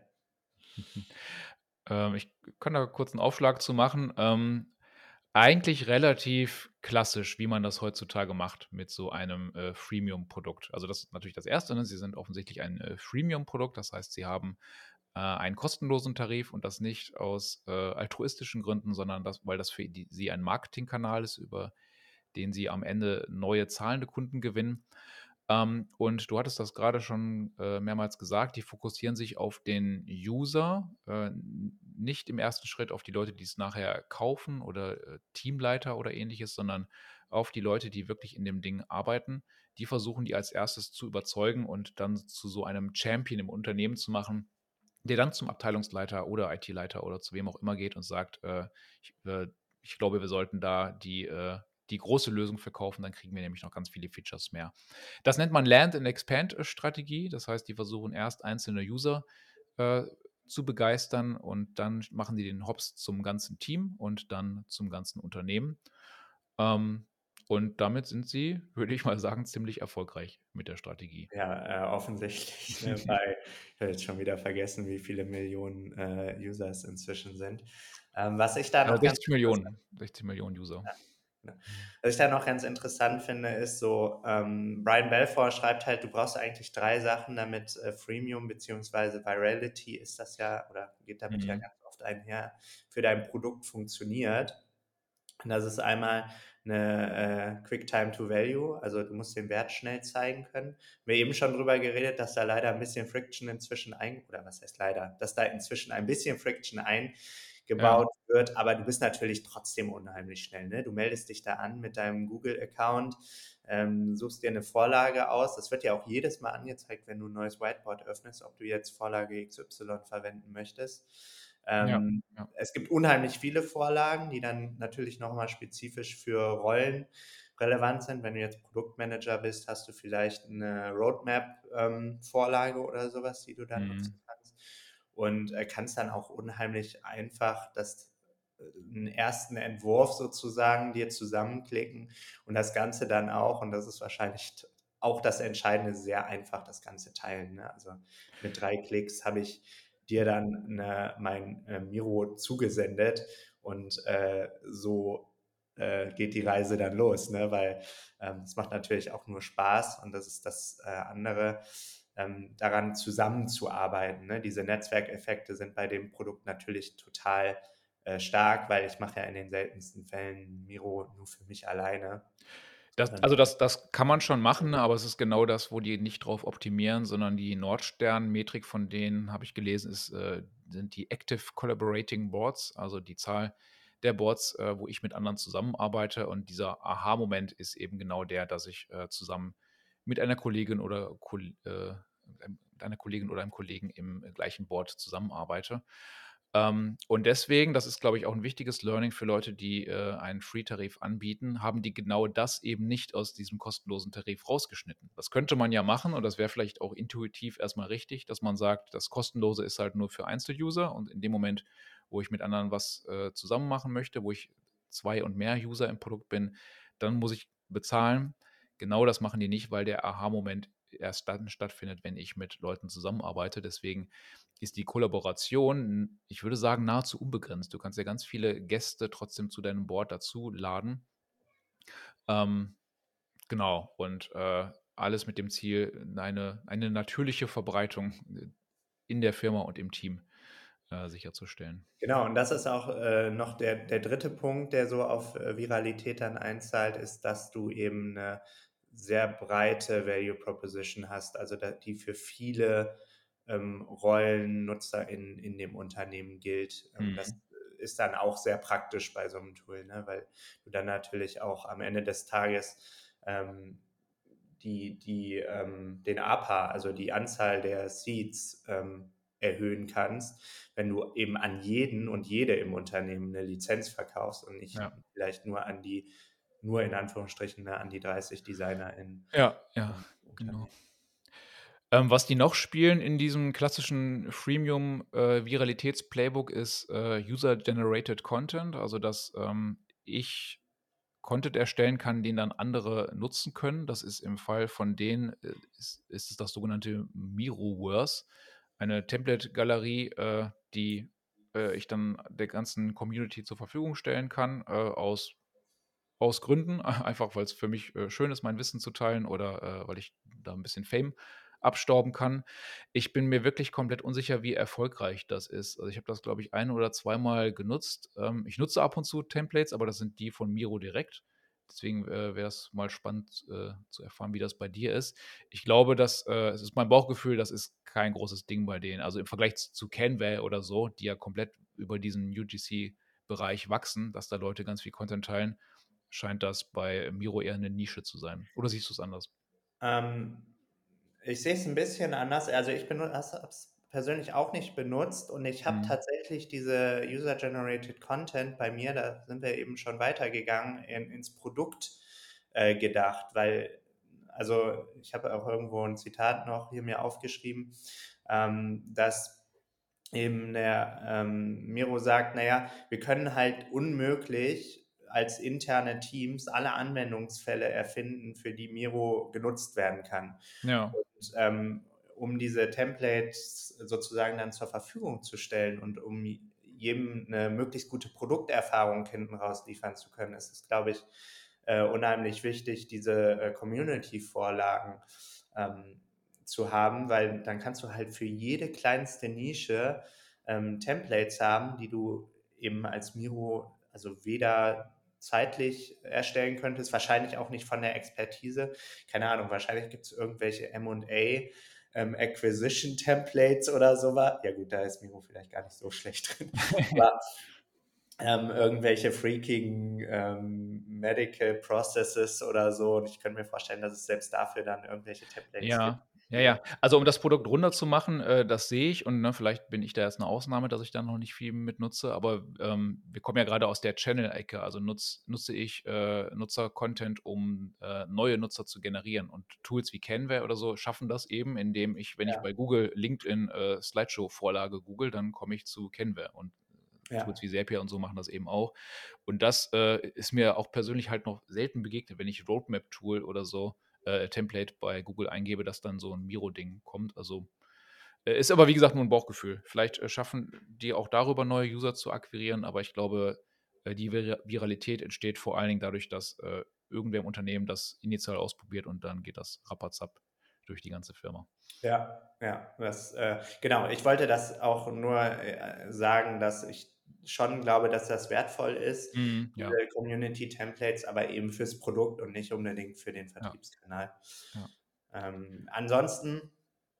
Ähm, ich kann da kurz einen Aufschlag zu machen. Ähm, eigentlich relativ klassisch, wie man das heutzutage macht mit so einem äh, Freemium-Produkt. Also das ist natürlich das Erste, ne? Sie sind offensichtlich ein äh, Freemium-Produkt, das heißt, Sie haben äh, einen kostenlosen Tarif und das nicht aus äh, altruistischen Gründen, sondern das, weil das für die, Sie ein Marketingkanal ist, über den Sie am Ende neue zahlende Kunden gewinnen. Ähm, und du hattest das gerade schon äh, mehrmals gesagt, die fokussieren sich auf den User, äh, n- nicht im ersten Schritt auf die Leute, die es nachher kaufen oder äh, Teamleiter oder ähnliches, sondern auf die Leute, die wirklich in dem Ding arbeiten. Die versuchen die als erstes zu überzeugen und dann zu so einem Champion im Unternehmen zu machen, der dann zum Abteilungsleiter oder I T-Leiter oder zu wem auch immer geht und sagt, äh, ich, äh, ich glaube, wir sollten da die, äh, die große Lösung verkaufen, dann kriegen wir nämlich noch ganz viele Features mehr. Das nennt man Land-and-Expand-Strategie. Das heißt, die versuchen erst einzelne User äh, zu begeistern und dann machen die den Hops zum ganzen Team und dann zum ganzen Unternehmen. Ähm, und damit sind sie, würde ich mal sagen, ziemlich erfolgreich mit der Strategie. Ja, äh, offensichtlich, ne, weil ich habe jetzt schon wieder vergessen, wie viele Millionen äh, User es inzwischen sind. Ähm, was ich da Äh, noch ganz sechzig interessant, Millionen, sechzig Millionen User. ja, was ich da noch ganz interessant finde, ist so, ähm, Brian Balfour schreibt halt, du brauchst eigentlich drei Sachen, damit äh, Freemium beziehungsweise Virality ist das ja, oder geht damit ja Mhm. ganz oft einher, für dein Produkt funktioniert. Und das ist einmal eine äh, Quick Time to Value, also du musst den Wert schnell zeigen können. Wir haben eben schon drüber geredet, dass da leider ein bisschen Friction inzwischen ein, oder was heißt leider, dass da inzwischen ein bisschen Friction Ja, eingebaut wird, aber du bist natürlich trotzdem unheimlich schnell. Ne? Du meldest dich da an mit deinem Google-Account, ähm, suchst dir eine Vorlage aus. Das wird ja auch jedes Mal angezeigt, wenn du ein neues Whiteboard öffnest, ob du jetzt Vorlage X Y verwenden möchtest. ja, Ähm, ja. Es gibt unheimlich viele Vorlagen, die dann natürlich nochmal spezifisch für Rollen relevant sind. Wenn du jetzt Produktmanager bist, hast du vielleicht eine Roadmap-Vorlage oder sowas, die du dann Mhm. nutzen kannst. Und äh, kannst dann auch unheimlich einfach das, äh, einen ersten Entwurf sozusagen dir zusammenklicken und das Ganze dann auch, und das ist wahrscheinlich t- auch das Entscheidende, sehr einfach das Ganze teilen. Ne? Also mit drei Klicks habe ich dir dann eine, mein äh, Miro zugesendet und äh, so äh, geht die Reise dann los, ne? Weil ähm, es macht natürlich auch nur Spaß und das ist das äh, andere, ähm, daran zusammenzuarbeiten. Ne? Diese Netzwerkeffekte sind bei dem Produkt natürlich total äh, stark, weil ich mache ja in den seltensten Fällen Miro nur für mich alleine. Das Ähm, also, das das kann man schon machen, aber es ist genau das, wo die nicht drauf optimieren, sondern die Nordstern-Metrik von denen, habe ich gelesen, ist, äh sind die Active Collaborating Boards, also die Zahl der Boards, äh, wo ich mit anderen zusammenarbeite. Und dieser Aha-Moment ist eben genau der, dass ich, äh, zusammen mit einer Kollegin oder Kol äh, mit einem mit einer Kollegin oder einem Kollegen im gleichen Board zusammenarbeite. Ähm, und deswegen, das ist, glaube ich, auch ein wichtiges Learning für Leute, die, äh, einen Free-Tarif anbieten, haben die genau das eben nicht aus diesem kostenlosen Tarif rausgeschnitten. Das könnte man ja machen und das wäre vielleicht auch intuitiv erstmal richtig, dass man sagt, das Kostenlose ist halt nur für Einzeluser und in dem Moment, wo ich mit anderen was, äh, zusammen machen möchte, wo ich zwei und mehr User im Produkt bin, dann muss ich bezahlen. Genau das machen die nicht, weil der Aha-Moment erst dann stattfindet, wenn ich mit Leuten zusammenarbeite. Deswegen ist die Kollaboration, ich würde sagen, nahezu unbegrenzt. Du kannst ja ganz viele Gäste trotzdem zu deinem Board dazu laden. Ähm, genau, und äh, alles mit dem Ziel, eine, eine natürliche Verbreitung äh, in der Firma und im Team äh, sicherzustellen. Genau, und das ist auch äh, noch der, der dritte Punkt, der so auf äh, Viralität dann einzahlt, ist, dass du eben eine sehr breite Value Proposition hast, also da, die für viele ähm, Rollen, Nutzer in, in dem Unternehmen gilt. Ähm, das Mhm. ist dann auch sehr praktisch bei so einem Tool, ne? Weil du dann natürlich auch am Ende des Tages ähm, die, die, ähm, den A P A, also die Anzahl der Seats, ähm, erhöhen kannst, wenn du eben an jeden und jede im Unternehmen eine Lizenz verkaufst und nicht Ja. vielleicht nur an die, nur in Anführungsstrichen, ne, an die dreißig Designer in Ja, ja, ähm, genau. Unternehmen. Ähm, was die noch spielen in diesem klassischen Freemium-Viralitäts-Playbook ist äh, User-Generated Content, also dass ähm, ich Content erstellen kann, den dann andere nutzen können. Das ist im Fall von denen, äh, ist, ist es das sogenannte Miroverse, eine Template-Galerie, äh, die äh, ich dann der ganzen Community zur Verfügung stellen kann, äh, aus aus Gründen, einfach weil es für mich, äh, schön ist, mein Wissen zu teilen oder, äh, weil ich da ein bisschen Fame abstauben kann. Ich bin mir wirklich komplett unsicher, wie erfolgreich das ist. Also, ich habe das, glaube ich, ein oder zweimal genutzt. Ähm, ich nutze ab und zu Templates, aber das sind die von Miro direkt. Deswegen, äh, wäre es mal spannend, äh, zu erfahren, wie das bei dir ist. Ich glaube, dass äh, es ist mein Bauchgefühl, das ist kein großes Ding bei denen. Also, im Vergleich z zu Canva oder so, die ja komplett über diesen U G C-Bereich wachsen, dass da Leute ganz viel Content teilen, scheint das bei Miro eher eine Nische zu sein. Oder siehst du es anders? Ähm, ich sehe es ein bisschen anders. Also ich habe es persönlich auch nicht benutzt und ich habe Mhm. tatsächlich diese User-Generated Content bei mir, da sind wir eben schon weitergegangen, in, ins Produkt äh, gedacht, weil, also ich habe auch irgendwo ein Zitat noch hier mir aufgeschrieben, ähm, dass eben der ähm, Miro sagt, naja, wir können halt unmöglich als interne Teams alle Anwendungsfälle erfinden, für die Miro genutzt werden kann. Ja, Und ähm, um diese Templates sozusagen dann zur Verfügung zu stellen und um jedem eine möglichst gute Produkterfahrung hinten raus liefern zu können, ist es, glaube ich, äh, unheimlich wichtig, diese äh, Community-Vorlagen ähm, zu haben, weil dann kannst du halt für jede kleinste Nische ähm, Templates haben, die du eben als Miro also weder zeitlich erstellen könntest, wahrscheinlich auch nicht von der Expertise. Keine Ahnung, wahrscheinlich gibt es irgendwelche M und A ähm, Acquisition Templates oder sowas. Ja gut, da ist Miro vielleicht gar nicht so schlecht drin. Aber ähm, irgendwelche freaking ähm, Medical Processes oder so. Und ich könnte mir vorstellen, dass es selbst dafür dann irgendwelche Templates gibt. ja, ja, Die, ja. Also, um das Produkt runterzumachen, äh, das sehe ich und, ne, vielleicht bin ich da jetzt eine Ausnahme, dass ich da noch nicht viel mit nutze, aber, ähm, wir kommen ja gerade aus der Channel-Ecke. Also, nutz nutze ich, äh, Nutzer-Content, um, äh, neue Nutzer zu generieren und Tools wie Canva oder so schaffen das eben, indem ich, wenn ich ja, bei Google LinkedIn, äh, Slideshow-Vorlage google, dann komme ich zu Canva und Tools ja, wie Zapier und so machen das eben auch. Und das, äh, ist mir auch persönlich halt noch selten begegnet, wenn ich Roadmap-Tool oder so äh, Template bei Google eingebe, dass dann so ein Miro-Ding kommt. Also äh, ist aber wie gesagt nur ein Bauchgefühl. Vielleicht äh, schaffen die auch darüber neue User zu akquirieren, aber ich glaube, äh, die Vir Viralität entsteht vor allen Dingen dadurch, dass äh, irgendwer im Unternehmen das initial ausprobiert und dann geht das rapazapp durch die ganze Firma. ja, ja. Das, äh, genau, ich wollte das auch nur äh, sagen, dass ich schon glaube, dass das wertvoll ist, Mhm, diese ja, Community-Templates, aber eben fürs Produkt und nicht unbedingt für den ja, Vertriebskanal. ja. Ähm, ansonsten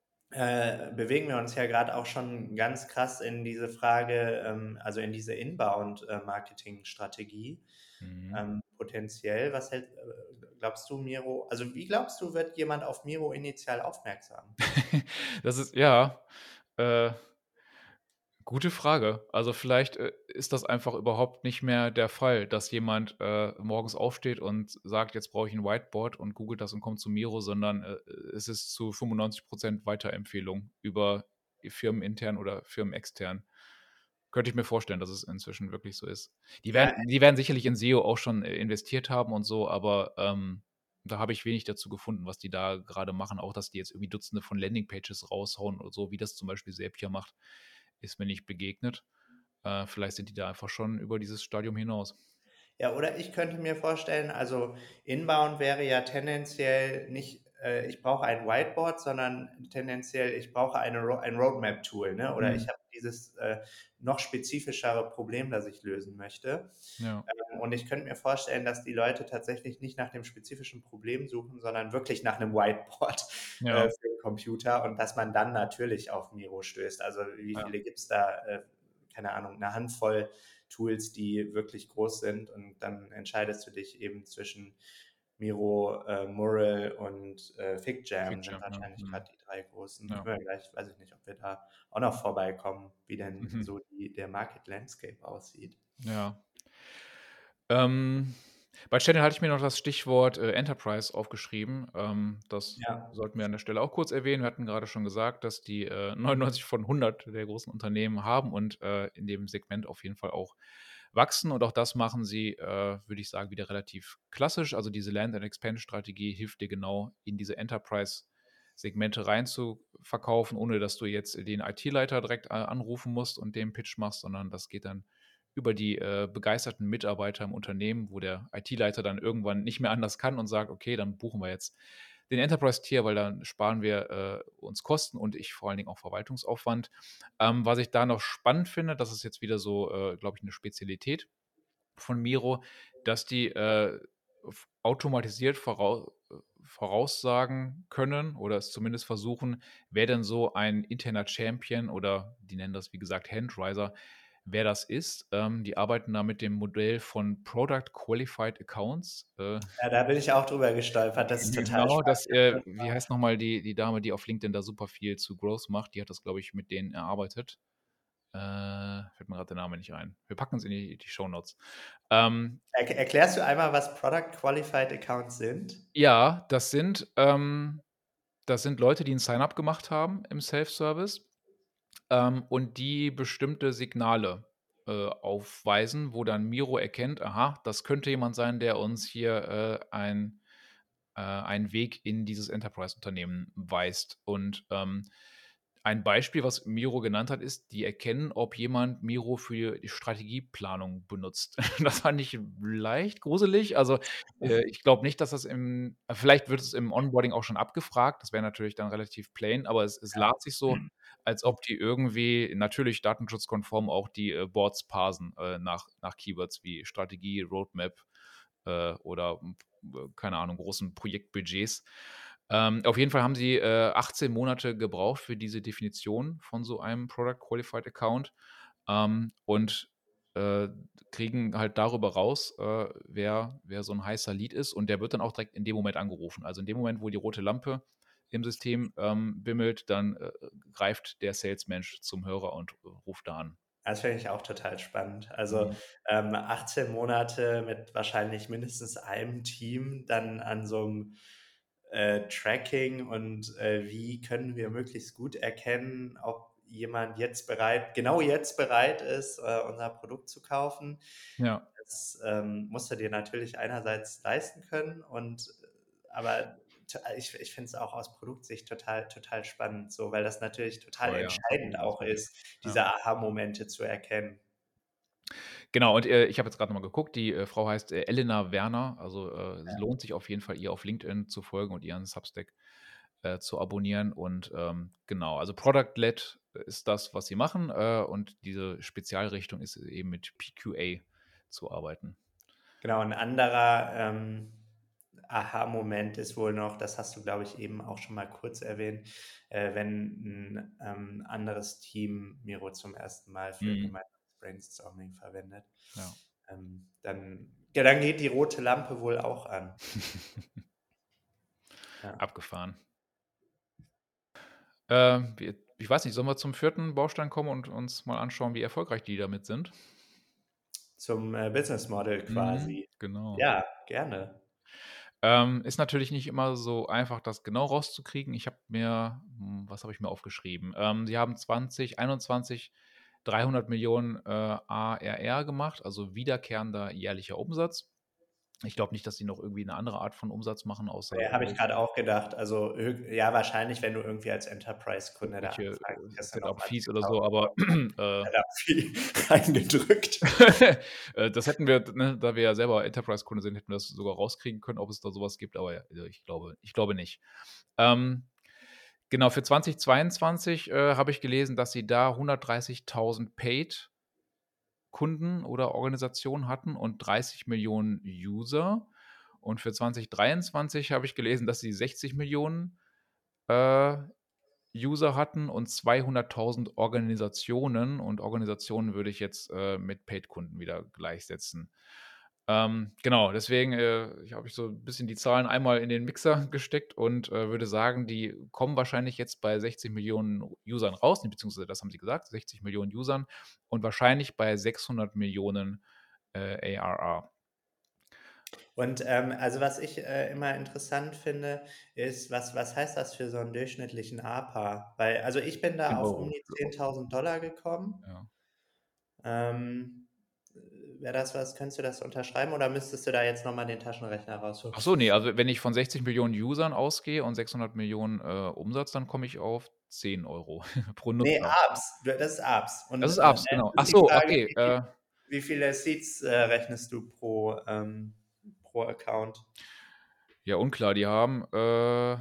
äh, bewegen wir uns ja gerade auch schon ganz krass in diese Frage, ähm, also in diese Inbound-Marketing-Strategie Mhm. ähm, potenziell. Was hält, äh, glaubst du, Miro, also wie glaubst du, wird jemand auf Miro initial aufmerksam? Das ist ja, äh Gute Frage. Also, vielleicht, äh, ist das einfach überhaupt nicht mehr der Fall, dass jemand, äh, morgens aufsteht und sagt: „Jetzt brauche ich 'n Whiteboard“ und googelt das und kommt zu Miro, sondern, äh, es ist zu fünfundneunzig Prozent Weiterempfehlung über firmenintern oder firmenextern. Könnte ich mir vorstellen, dass es inzwischen wirklich so ist. Die werden Ja, die werden sicherlich in S E O auch schon, äh, investiert haben und so, aber, ähm, da habe ich wenig dazu gefunden, was die da grade machen. Auch, dass die jetzt irgendwie Dutzende von Landingpages raushauen oder so, wie das zum Beispiel Zapier macht, ist mir nicht begegnet. Äh, vielleicht sind die da einfach schon über dieses Stadium hinaus. Ja, oder ich könnte mir vorstellen, also Inbound wäre ja tendenziell nicht, äh, ich brauche ein Whiteboard, sondern tendenziell, ich brauche eine Ro ein Roadmap-Tool, ne? Oder ich Mhm. habe dieses äh, noch spezifischere Problem, das ich lösen möchte. Ja, Ähm, und ich könnte mir vorstellen, dass die Leute tatsächlich nicht nach dem spezifischen Problem suchen, sondern wirklich nach einem Whiteboard äh, ja, für den Computer und dass man dann natürlich auf Miro stößt. Also wie ja, viele gibt's da? Äh, keine Ahnung, eine Handvoll Tools, die wirklich groß sind und dann entscheidest du dich eben zwischen Miro, äh, Mural und äh, FigJam sind Feature, ja, wahrscheinlich mhm, gerade die drei großen. ja, Ja, vielleicht weiß ich nicht, ob wir da auch noch vorbeikommen, wie denn mhm, so die, der Market Landscape aussieht. ja. Ähm, bei Channel hatte ich mir noch das Stichwort, äh, Enterprise aufgeschrieben. Ähm, das Ja, sollten wir an der Stelle auch kurz erwähnen. Wir hatten gerade schon gesagt, dass die, äh, neunundneunzig von hundert der großen Unternehmen haben und, äh, in dem Segment auf jeden Fall auch wachsen. Und auch das machen sie, äh, würde ich sagen, wieder relativ klassisch. Also, diese Land and Expand Strategie hilft dir genau, in diese Enterprise-Segmente reinzuverkaufen, ohne dass du jetzt den I T-Leiter direkt, äh, anrufen musst und dem Pitch machst, sondern das geht dann über die, äh, begeisterten Mitarbeiter im Unternehmen, wo der I T-Leiter dann irgendwann nicht mehr anders kann und sagt: „Okay, dann buchen wir jetzt den Enterprise-Tier, weil dann sparen wir, äh, uns Kosten und ich vor allen Dingen auch Verwaltungsaufwand.“ Ähm, was ich da noch spannend finde, das ist jetzt wieder so, äh, glaube ich, eine Spezialität von Miro, dass die, äh, f automatisiert vorau äh, voraussagen können oder es zumindest versuchen, wer denn so ein interner Champion oder die nennen das, wie gesagt, Handriser, wer das ist. Ähm, die arbeiten da mit dem Modell von Product Qualified Accounts. Äh, ja, da bin ich auch drüber gestolpert. Das ist total genau, das, äh spannend. wie heißt noch mal die die Dame, die auf LinkedIn da super viel zu Growth macht? Die hat das, glaube ich, mit denen erarbeitet. Äh, fällt mir grad der Name nicht ein. Wir packen es in die die Shownotes. Ähm, Er erklärst du einmal, was Product Qualified Accounts sind? ja, das sind ähm, das sind Leute, die 'n Sign-up gemacht haben im Self-Service, ähm, und die bestimmte Signale, äh, aufweisen, wo dann Miro erkennt: „Aha, das könnte jemand sein, der uns hier, äh, ein äh, einen Weg in dieses Enterprise-Unternehmen weist.“ Und, ähm, ein Beispiel, was Miro genannt hat, ist, die erkennen, ob jemand Miro für die Strategieplanung benutzt. Das fand ich leicht gruselig. Also, äh, ich glaube nicht, dass das im äh, vielleicht wird es im Onboarding auch schon abgefragt. Das wäre natürlich dann relativ plain, aber es es las sich so, als ob die irgendwie natürlich datenschutzkonform auch die, äh, Boards parsen, äh, nach nach Keywords wie Strategie, Roadmap, äh, oder, hm, äh, keine Ahnung, großen Projektbudgets. Ähm, auf jeden Fall haben sie, äh, achtzehn Monate gebraucht für diese Definition von so einem Product Qualified Account, ähm, und, äh, kriegen halt darüber raus, äh, wer wer so ein heißer Lead ist und der wird dann auch direkt in dem Moment angerufen. Also, in dem Moment, wo die rote Lampe im System, ähm, bimmelt, dann, äh, greift der Salesmensch zum Hörer und äh, ruft da an. Das finde ich auch total spannend. Also, Mhm. ähm, achtzehn Monate mit wahrscheinlich mindestens einem Team dann an so einem äh, Tracking und, äh, wie können wir möglichst gut erkennen, ob jemand jetzt bereit genau jetzt bereit ist, äh, unser Produkt zu kaufen. Ja, Das, ähm, musst du dir natürlich einerseits leisten können und äh, aber t ich ich finde es auch aus Produktsicht total total spannend so, weil das natürlich total voll, ja, entscheidend verbunden auch natürlich. ist, Ja. diese Aha-Momente zu erkennen. Genau, und, äh, ich habe jetzt grad noch mal geguckt, die, äh, Frau heißt, äh, Elena Werner. Also, äh, es lohnt sich auf jeden Fall, ihr auf LinkedIn zu folgen und ihren Substack, äh, zu abonnieren. Und, ähm, genau, also Product-led ist das, was sie machen, äh, und diese Spezialrichtung ist eben mit P Q A zu arbeiten. Genau, ein anderer, ähm, Aha-Moment ist wohl noch, das hast du, glaube ich, eben auch schon mal kurz erwähnt, äh, wenn ein ähm, anderes Team Miro zum ersten Mal für Mhm. gemeinsames Brainstorming verwendet. Ja. Ähm, dann ja, dann geht die rote Lampe wohl auch an. Ja. Abgefahren. Ähm, wir Ich weiß nicht, sollen wir zum vierten Baustein kommen und uns mal anschauen, wie erfolgreich die damit sind? Zum, äh, Business Model Mhm, quasi. genau. Ja, gerne. Ähm, ist natürlich nicht immer so einfach, das genau rauszukriegen. Ich habe mir hm, was habe ich mir aufgeschrieben? Ähm, sie haben zwanzig einundzwanzig dreihundert Millionen äh, A R R gemacht, also wiederkehrender jährlicher Umsatz. Ich glaube nicht, dass sie noch irgendwie 'ne andere Art von Umsatz machen, außer Ja, habe ich irgendwelche grad auch gedacht. Also, höch ja, wahrscheinlich, wenn du irgendwie als Enterprise-Kunde da irgendwelche, anfragst, äh, kriegst du noch mal Setup-Fees oder so, zehntausend aber, Euro äh Setup-Fee reingedrückt. Äh, das hätten wir, ne, da wir ja selber Enterprise-Kunde sind, hätten wir das sogar rauskriegen können, ob es da so was gibt, aber ja, also ich glaube ich glaube nicht. Ähm, genau, für zweitausendzweiundzwanzig, äh, habe ich gelesen, dass sie da hundertdreißigtausend Paid-Kunden oder Organisationen hatten und dreißig Millionen User. Und für zweitausenddreiundzwanzig habe ich gelesen, dass sie sechzig Millionen äh, User hatten und zweihunderttausend Organisationen. Und Organisationen würde ich jetzt, äh, mit Paid-Kunden wieder gleichsetzen. Ähm, genau, deswegen, äh, ich habe ich so 'n bisschen die Zahlen einmal in den Mixer gesteckt und, äh, würde sagen, die kommen wahrscheinlich jetzt bei sechzig Millionen Usern raus, ne, beziehungsweise das haben sie gesagt, sechzig Millionen Usern und wahrscheinlich bei sechshundert Millionen äh, A R R. Und, ähm, also, was ich, äh, immer interessant finde, ist, was was heißt das für so 'n durchschnittlichen A P A? Weil also, ich bin da zehn auf um Euro die für zehntausend Dollar gekommen. Ja. Ähm, äh, wäre das was könntest du das unterschreiben oder müsstest du da jetzt noch mal den Taschenrechner rausholen? Ach so, ne, also, wenn ich von sechzig Millionen Usern ausgehe und sechshundert Millionen äh, Umsatz, dann komme ich auf zehn Euro pro Ne, Nutzer. A R P S. D das ist A R P S. Und, Das ist äh, A R P S, jetzt genau. Ach ist die so, Frage, okay, wie viel äh wie viele Seats, äh, rechnest du pro, ähm pro Account? Ja, unklar. Die haben, äh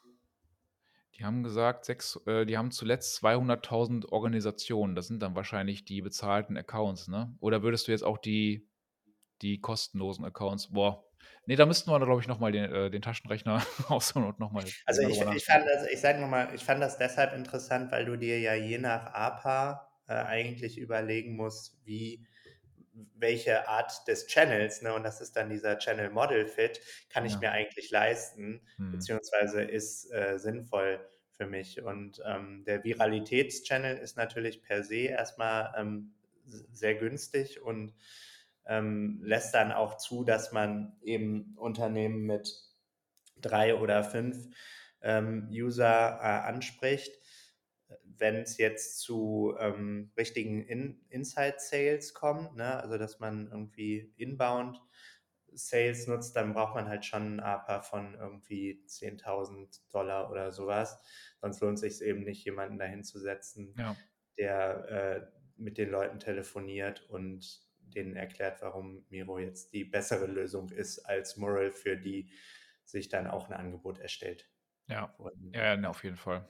die haben gesagt, sechs äh, die haben zuletzt zweihunderttausend Organisationen. Das sind dann wahrscheinlich die bezahlten Accounts, ne? Oder würdest du jetzt auch die die kostenlosen Accounts boah, ne, da müssten wir, glaube ich, noch mal den äh, den Taschenrechner rausholen und noch mal Also, genau ich drüber ich fand nachdenken. das ich sage noch mal, ich fand das deshalb interessant, weil du dir ja je nach A P A, äh, eigentlich überlegen musst, wie welche Art des Channels, ne, und das ist dann dieser Channel Model Fit, kann ich Ja. mir eigentlich leisten, Mhm. beziehungsweise ist, äh, sinnvoll für mich. Und, ähm, der Viralitäts-Channel ist natürlich per se erst mal, ähm, s sehr günstig und, ähm, lässt dann auch zu, dass man eben Unternehmen mit drei oder fünf, ähm, User, äh, anspricht. Äh, wenn's jetzt zu, ähm, richtigen In Inside Sales kommt, ne, also, dass man irgendwie Inbound Sales nutzt, dann braucht man halt schon 'n A P A von irgendwie zehntausend Dollar oder so was. Sonst lohnt sich's eben nicht, jemanden da hinzusetzen, Ja. der, äh, mit den Leuten telefoniert und denen erklärt, warum Miro jetzt die bessere Lösung ist als Mural, für die sich dann auch 'n Angebot erstellt Ja. wurden. Ja, ja, ne, auf jeden Fall.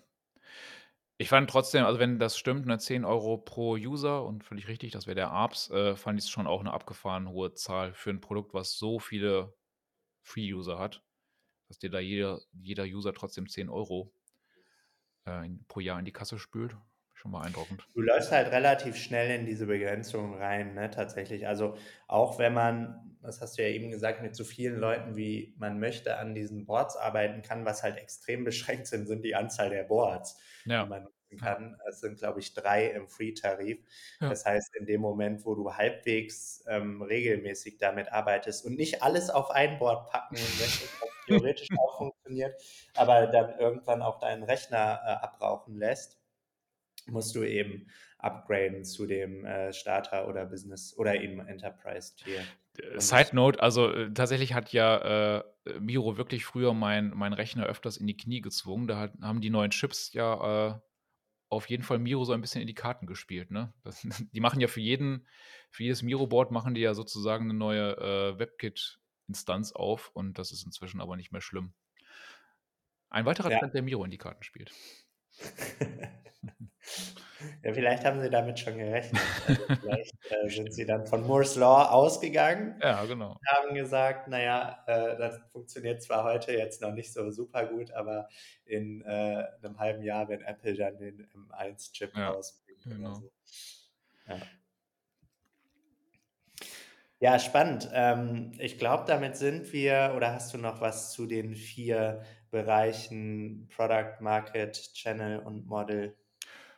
Ich fand trotzdem also, wenn das stimmt, ne, zehn Euro pro User und völlig richtig, das wäre der A R P S, äh, fand ich's schon auch 'ne abgefahren hohe Zahl für 'n Produkt, was so viele Free-User hat, dass dir da jeder jeder User trotzdem zehn Euro äh, in pro Jahr in die Kasse spült. Schon beeindruckend. Du läufst halt relativ schnell in diese Begrenzung rein, ne, tatsächlich. Also, auch wenn man, das hast du ja eben gesagt, mit so vielen Leuten, wie man möchte, an diesen Boards arbeiten kann, was halt extrem beschränkt sind, sind die Anzahl der Boards, die Ja. man nutzen Ja. kann. Es sind, glaube ich, drei im Free-Tarif. Ja. Das heißt, in dem Moment, wo du halbwegs, ähm, regelmäßig damit arbeitest und nicht alles auf ein Board packen möchtest, was theoretisch auch funktioniert, aber dann irgendwann auch deinen Rechner, äh, abrauchen lässt, musst du eben upgraden zu dem, äh, Starter oder Business oder eben Enterprise-Tier. Äh, Und Side das Note, also, äh, tatsächlich hat ja, äh, äh, Miro wirklich früher meinen meinen Rechner öfters in die Knie gezwungen. Da hat haben die neuen Chips ja, äh, auf jeden Fall Miro so ein bisschen in die Karten gespielt, ne? Das die machen ja für jeden für jedes Miro-Board machen die ja sozusagen 'ne neue, äh, WebKit-Instanz auf und das ist inzwischen aber nicht mehr schlimm. Ein weiterer Ja. Trend, der Miro in die Karten spielt. Ja, vielleicht haben sie damit schon gerechnet. Also, vielleicht, äh, sind Bestimmt. sie dann von Moore's Law ausgegangen Ja, genau. und haben gesagt: „Na ja, äh, das funktioniert zwar heute jetzt noch nicht so super gut, aber in, äh, 'nem halben Jahr, wenn Apple dann den M eins Chip Ja, rausbringt oder genau. so.“ Ja. Ja, spannend. Ähm, ich glaube, damit sind wir oder hast du noch was zu den vier Bereichen Product, Market, Channel und Model?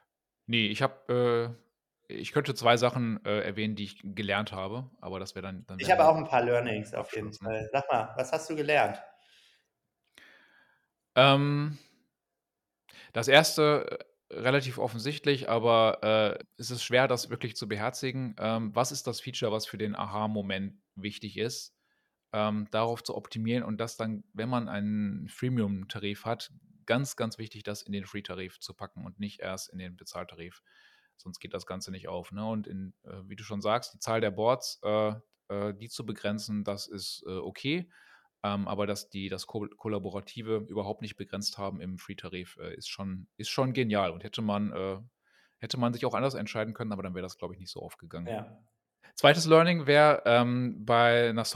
Ne, ich habe äh, ich könnte zwei Sachen, äh, erwähnen, die ich gelernt habe, aber das wäre dann dann Ich wären habe wir auch 'n paar Learnings auf jeden abschließen. Fall. Sag mal, was hast du gelernt? Ähm, das erste äh, relativ offensichtlich, aber, äh, es ist schwer, das wirklich zu beherzigen. Ähm, was ist das Feature, was für den Aha-Moment wichtig ist? Ähm, darauf zu optimieren und das dann, wenn man einen Freemium-Tarif hat, ganz, ganz wichtig, das in den Free-Tarif zu packen und nicht erst in den Bezahltarif. Sonst geht das Ganze nicht auf, ne? Und in, äh, wie du schon sagst, die Zahl der Boards, äh, äh, die zu begrenzen, das ist, äh, okay. Ähm, aber dass die das Ko Kollaborative überhaupt nicht begrenzt haben im Free-Tarif, äh, ist schon ist schon genial und hätte man äh, hätte man sich auch anders entscheiden können, aber dann wäre das, glaube ich, nicht so aufgegangen. Ja. Zweites Learning wäre, ähm, bei 'ner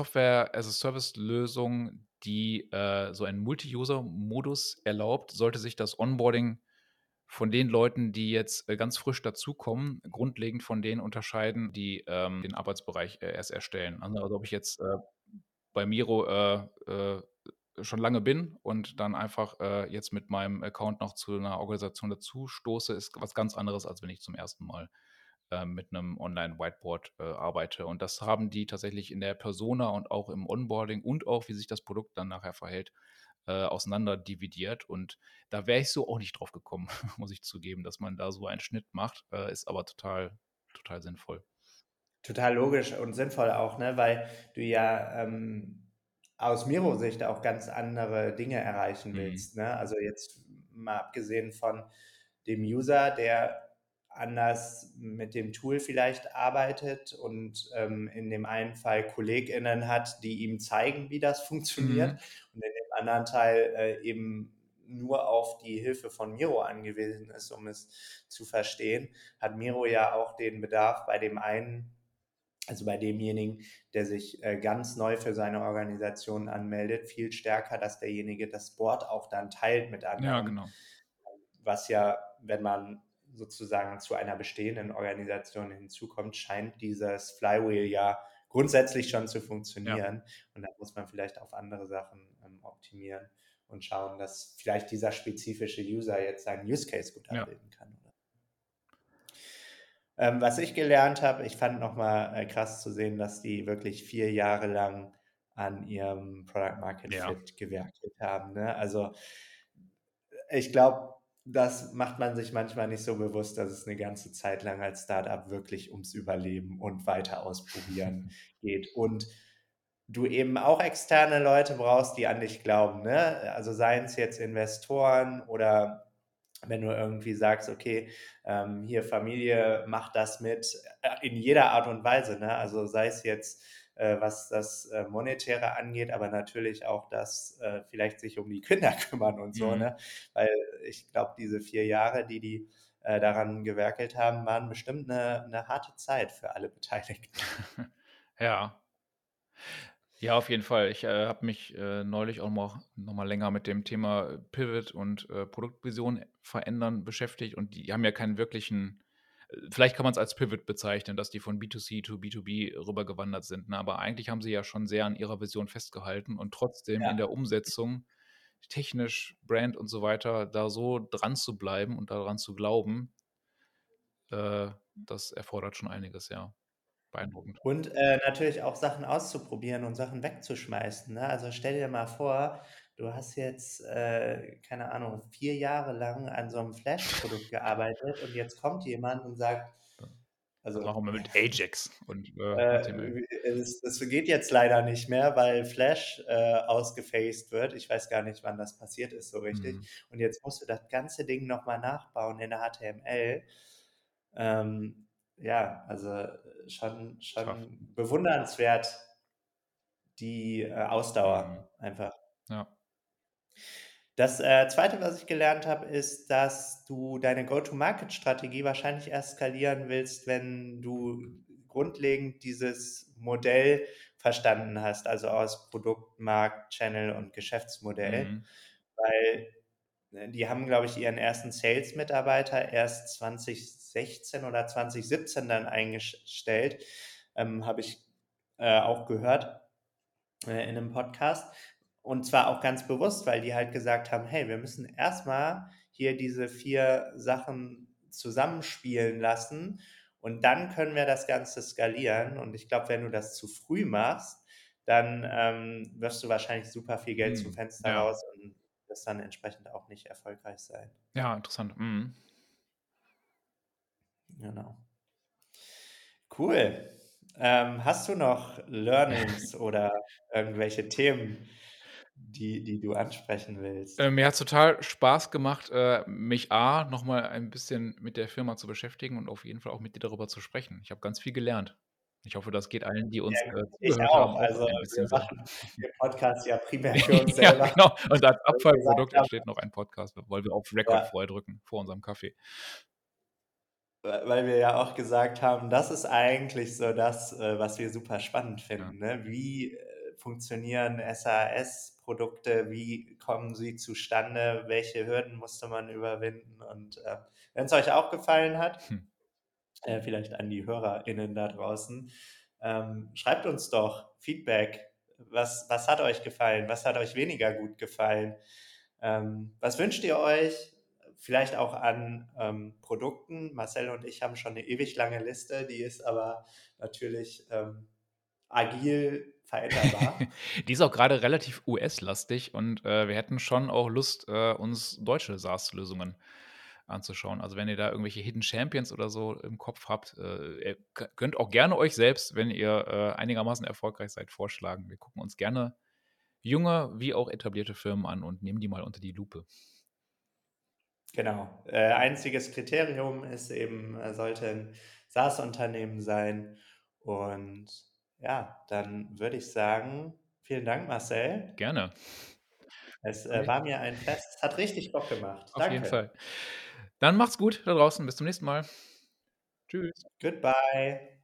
Software-as-a-Service-Lösung, die, äh, so einen Multi-User-Modus erlaubt, sollte sich das Onboarding von den Leuten, die jetzt, äh, ganz frisch dazukommen, grundlegend von denen unterscheiden, die, ähm, den Arbeitsbereich, äh, erst erstellen. Also, ob ich jetzt, äh, bei Miro, äh, äh, schon lange bin und dann einfach, äh, jetzt mit meinem Account noch zu 'ner Organisation dazustoße, ist was ganz anderes, als wenn ich zum ersten Mal, ähm, mit 'nem Online-Whiteboard, äh, arbeite. Und das haben die tatsächlich in der Persona und auch im Onboarding und auch, wie sich das Produkt dann nachher verhält, äh, auseinander dividiert. Und da wäre ich so auch nicht drauf gekommen, muss ich zugeben, dass man da so einen Schnitt macht, äh, ist aber total total sinnvoll. Total logisch und sinnvoll auch, ne, weil du ja, ähm, aus Miro-Sicht auch ganz andere Dinge erreichen Mhm. willst, ne? Also, jetzt mal abgesehen von dem User, der anders mit dem Tool vielleicht arbeitet und, ähm, in dem einen Fall KollegInnen hat, die ihm zeigen, wie das funktioniert Mhm. und in dem anderen Teil, äh, eben nur auf die Hilfe von Miro angewiesen ist, um es zu verstehen, hat Miro ja auch den Bedarf bei dem einen, also bei demjenigen, der sich äh, ganz neu für seine Organisation anmeldet, viel stärker, dass derjenige das Board auch dann teilt mit Ja, anderen, genau. was ja, wenn man sozusagen zu einer bestehenden Organisation hinzukommt, scheint dieses Flywheel ja grundsätzlich schon zu Ja, funktionieren. Und da muss man vielleicht auf andere Sachen ähm, optimieren und schauen, dass vielleicht dieser spezifische User jetzt seinen Use Case gut ja, abbilden kann. Ähm, was ich gelernt habe, ich fand nochmal äh, krass zu sehen, dass die wirklich vier Jahre lang an ihrem Product Market ja. Fit gewerkelt haben. Ne? Also ich glaube, das macht man sich manchmal nicht so bewusst, dass es eine ganze Zeit lang als Startup wirklich ums Überleben und weiter ausprobieren geht. Und du eben auch externe Leute brauchst, die an dich glauben. Ne? Also seien es jetzt Investoren oder wenn du irgendwie sagst, okay, ähm, hier Familie macht das mit, äh, in jeder Art und Weise, ne? Also sei es jetzt, äh, was das äh, Monetäre angeht, aber natürlich auch das äh, vielleicht sich um die Kinder kümmern und so, Mhm. ne? Weil ich glaube, diese vier Jahre, die die äh, daran gewerkelt haben, waren bestimmt eine, eine harte Zeit für alle Beteiligten. Ja. Ja, auf jeden Fall. Ich, äh, habe mich, äh, neulich auch noch noch mal länger mit dem Thema äh, Pivot und, äh, Produktvision verändern beschäftigt und die haben ja keinen wirklichen äh, vielleicht kann man es als Pivot bezeichnen, dass die von B zwei C to B zwei B rübergewandert sind, ne? Aber eigentlich haben sie ja schon sehr an ihrer Vision festgehalten und trotzdem in Ja. der Umsetzung technisch, Brand und so weiter da so dran zu bleiben und daran zu glauben, äh, das erfordert schon einiges, ja. Beeindruckend. Und äh, natürlich auch Sachen auszuprobieren und Sachen wegzuschmeißen. Ne? Also stell dir mal vor, du hast jetzt, äh, keine Ahnung, vier Jahre lang an so einem Flash-Produkt gearbeitet und jetzt kommt jemand und sagt, Das also machen wir mit Ajax und, äh, äh, H T M L. es, es geht jetzt leider nicht mehr, weil Flash äh, ausgefaced wird. Ich weiß gar nicht, wann das passiert ist so richtig. Mhm. Und jetzt musst du das ganze Ding nochmal nachbauen in der H T M L. Ähm, ja, also äh, schon, Tough. schon bewundernswert, die äh, Mhm. Ausdauer einfach. Ja. Das äh, Zweite, was ich gelernt habe, ist, dass du deine Go-to-Market-Strategie wahrscheinlich erst skalieren willst, wenn du grundlegend dieses Modell verstanden hast, also aus Produkt, Markt, Channel und Geschäftsmodell, Mhm. weil äh, die haben, glaube ich, ihren ersten Sales-Mitarbeiter erst zwanzig sechzehn oder zwanzig siebzehn dann eingestellt, ähm, habe ich äh, auch gehört äh, in einem Podcast. Und zwar auch ganz bewusst, weil die halt gesagt haben, hey, wir müssen erstmal hier diese vier Sachen zusammenspielen lassen und dann können wir das Ganze skalieren. Und ich glaube, wenn du das zu früh machst, dann, ähm, wirfst du wahrscheinlich super viel Geld zum Mhm. Fenster Ja. raus und wirst dann entsprechend auch nicht erfolgreich sein. Ja, interessant. Mhm. Genau. Cool. Ähm, hast du noch Learnings oder irgendwelche Themen, die die du ansprechen willst? Äh, mir hat's total Spaß gemacht, äh, mich A, noch mal ein bisschen mit der Firma zu beschäftigen und auf jeden Fall auch mit dir darüber zu sprechen. Ich habe ganz viel gelernt. Ich hoffe, das geht allen, die uns, Ja, äh, ich zugehört haben, auch. auch Also, ein wir bisschen so. machen den Podcast ja primär für uns Ja, selber, genau. Und als weil wir gesagt Abfallprodukt haben entsteht noch ein Podcast, weil wir auf Record ja, vorher drücken, vor unserem Kaffee. weil weil wir ja auch gesagt haben, das ist eigentlich so das, äh, was wir super spannend Ja. finden, ne? Wie, äh, funktionieren S A S-Produkte? Wie kommen sie zustande? Welche Hürden musste man überwinden? Und, äh, wenn's euch auch gefallen hat, Hm. äh, vielleicht an die HörerInnen da draußen, ähm, schreibt uns doch Feedback. Was was hat euch gefallen? Was hat euch weniger gut gefallen? Ähm, was wünscht ihr euch? Vielleicht auch an, ähm, Produkten. Marcel und ich haben schon 'ne ewig lange Liste, die ist aber natürlich, ähm, agil veränderbar. Die ist auch grade relativ U S-lastig und, äh, wir hätten schon auch Lust, äh, uns deutsche SaaS-Lösungen anzuschauen. Also, wenn ihr da irgendwelche Hidden Champions oder so im Kopf habt, äh, ihr k könnt auch gerne euch selbst, wenn ihr, äh, einigermaßen erfolgreich seid, vorschlagen. Wir gucken uns gerne junge wie auch etablierte Firmen an und nehmen die mal unter die Lupe. Genau. Äh, einziges Kriterium ist eben, äh, sollte 'n SaaS-Unternehmen sein. Und ja, dann würde ich sagen, vielen Dank, Marcel. Gerne. Es, Hat äh, mich war mir ein Fest. Es hat richtig Bock gemacht. Auf jeden Danke. Fall. Dann macht's gut da draußen. Bis zum nächsten Mal. Tschüss. Goodbye.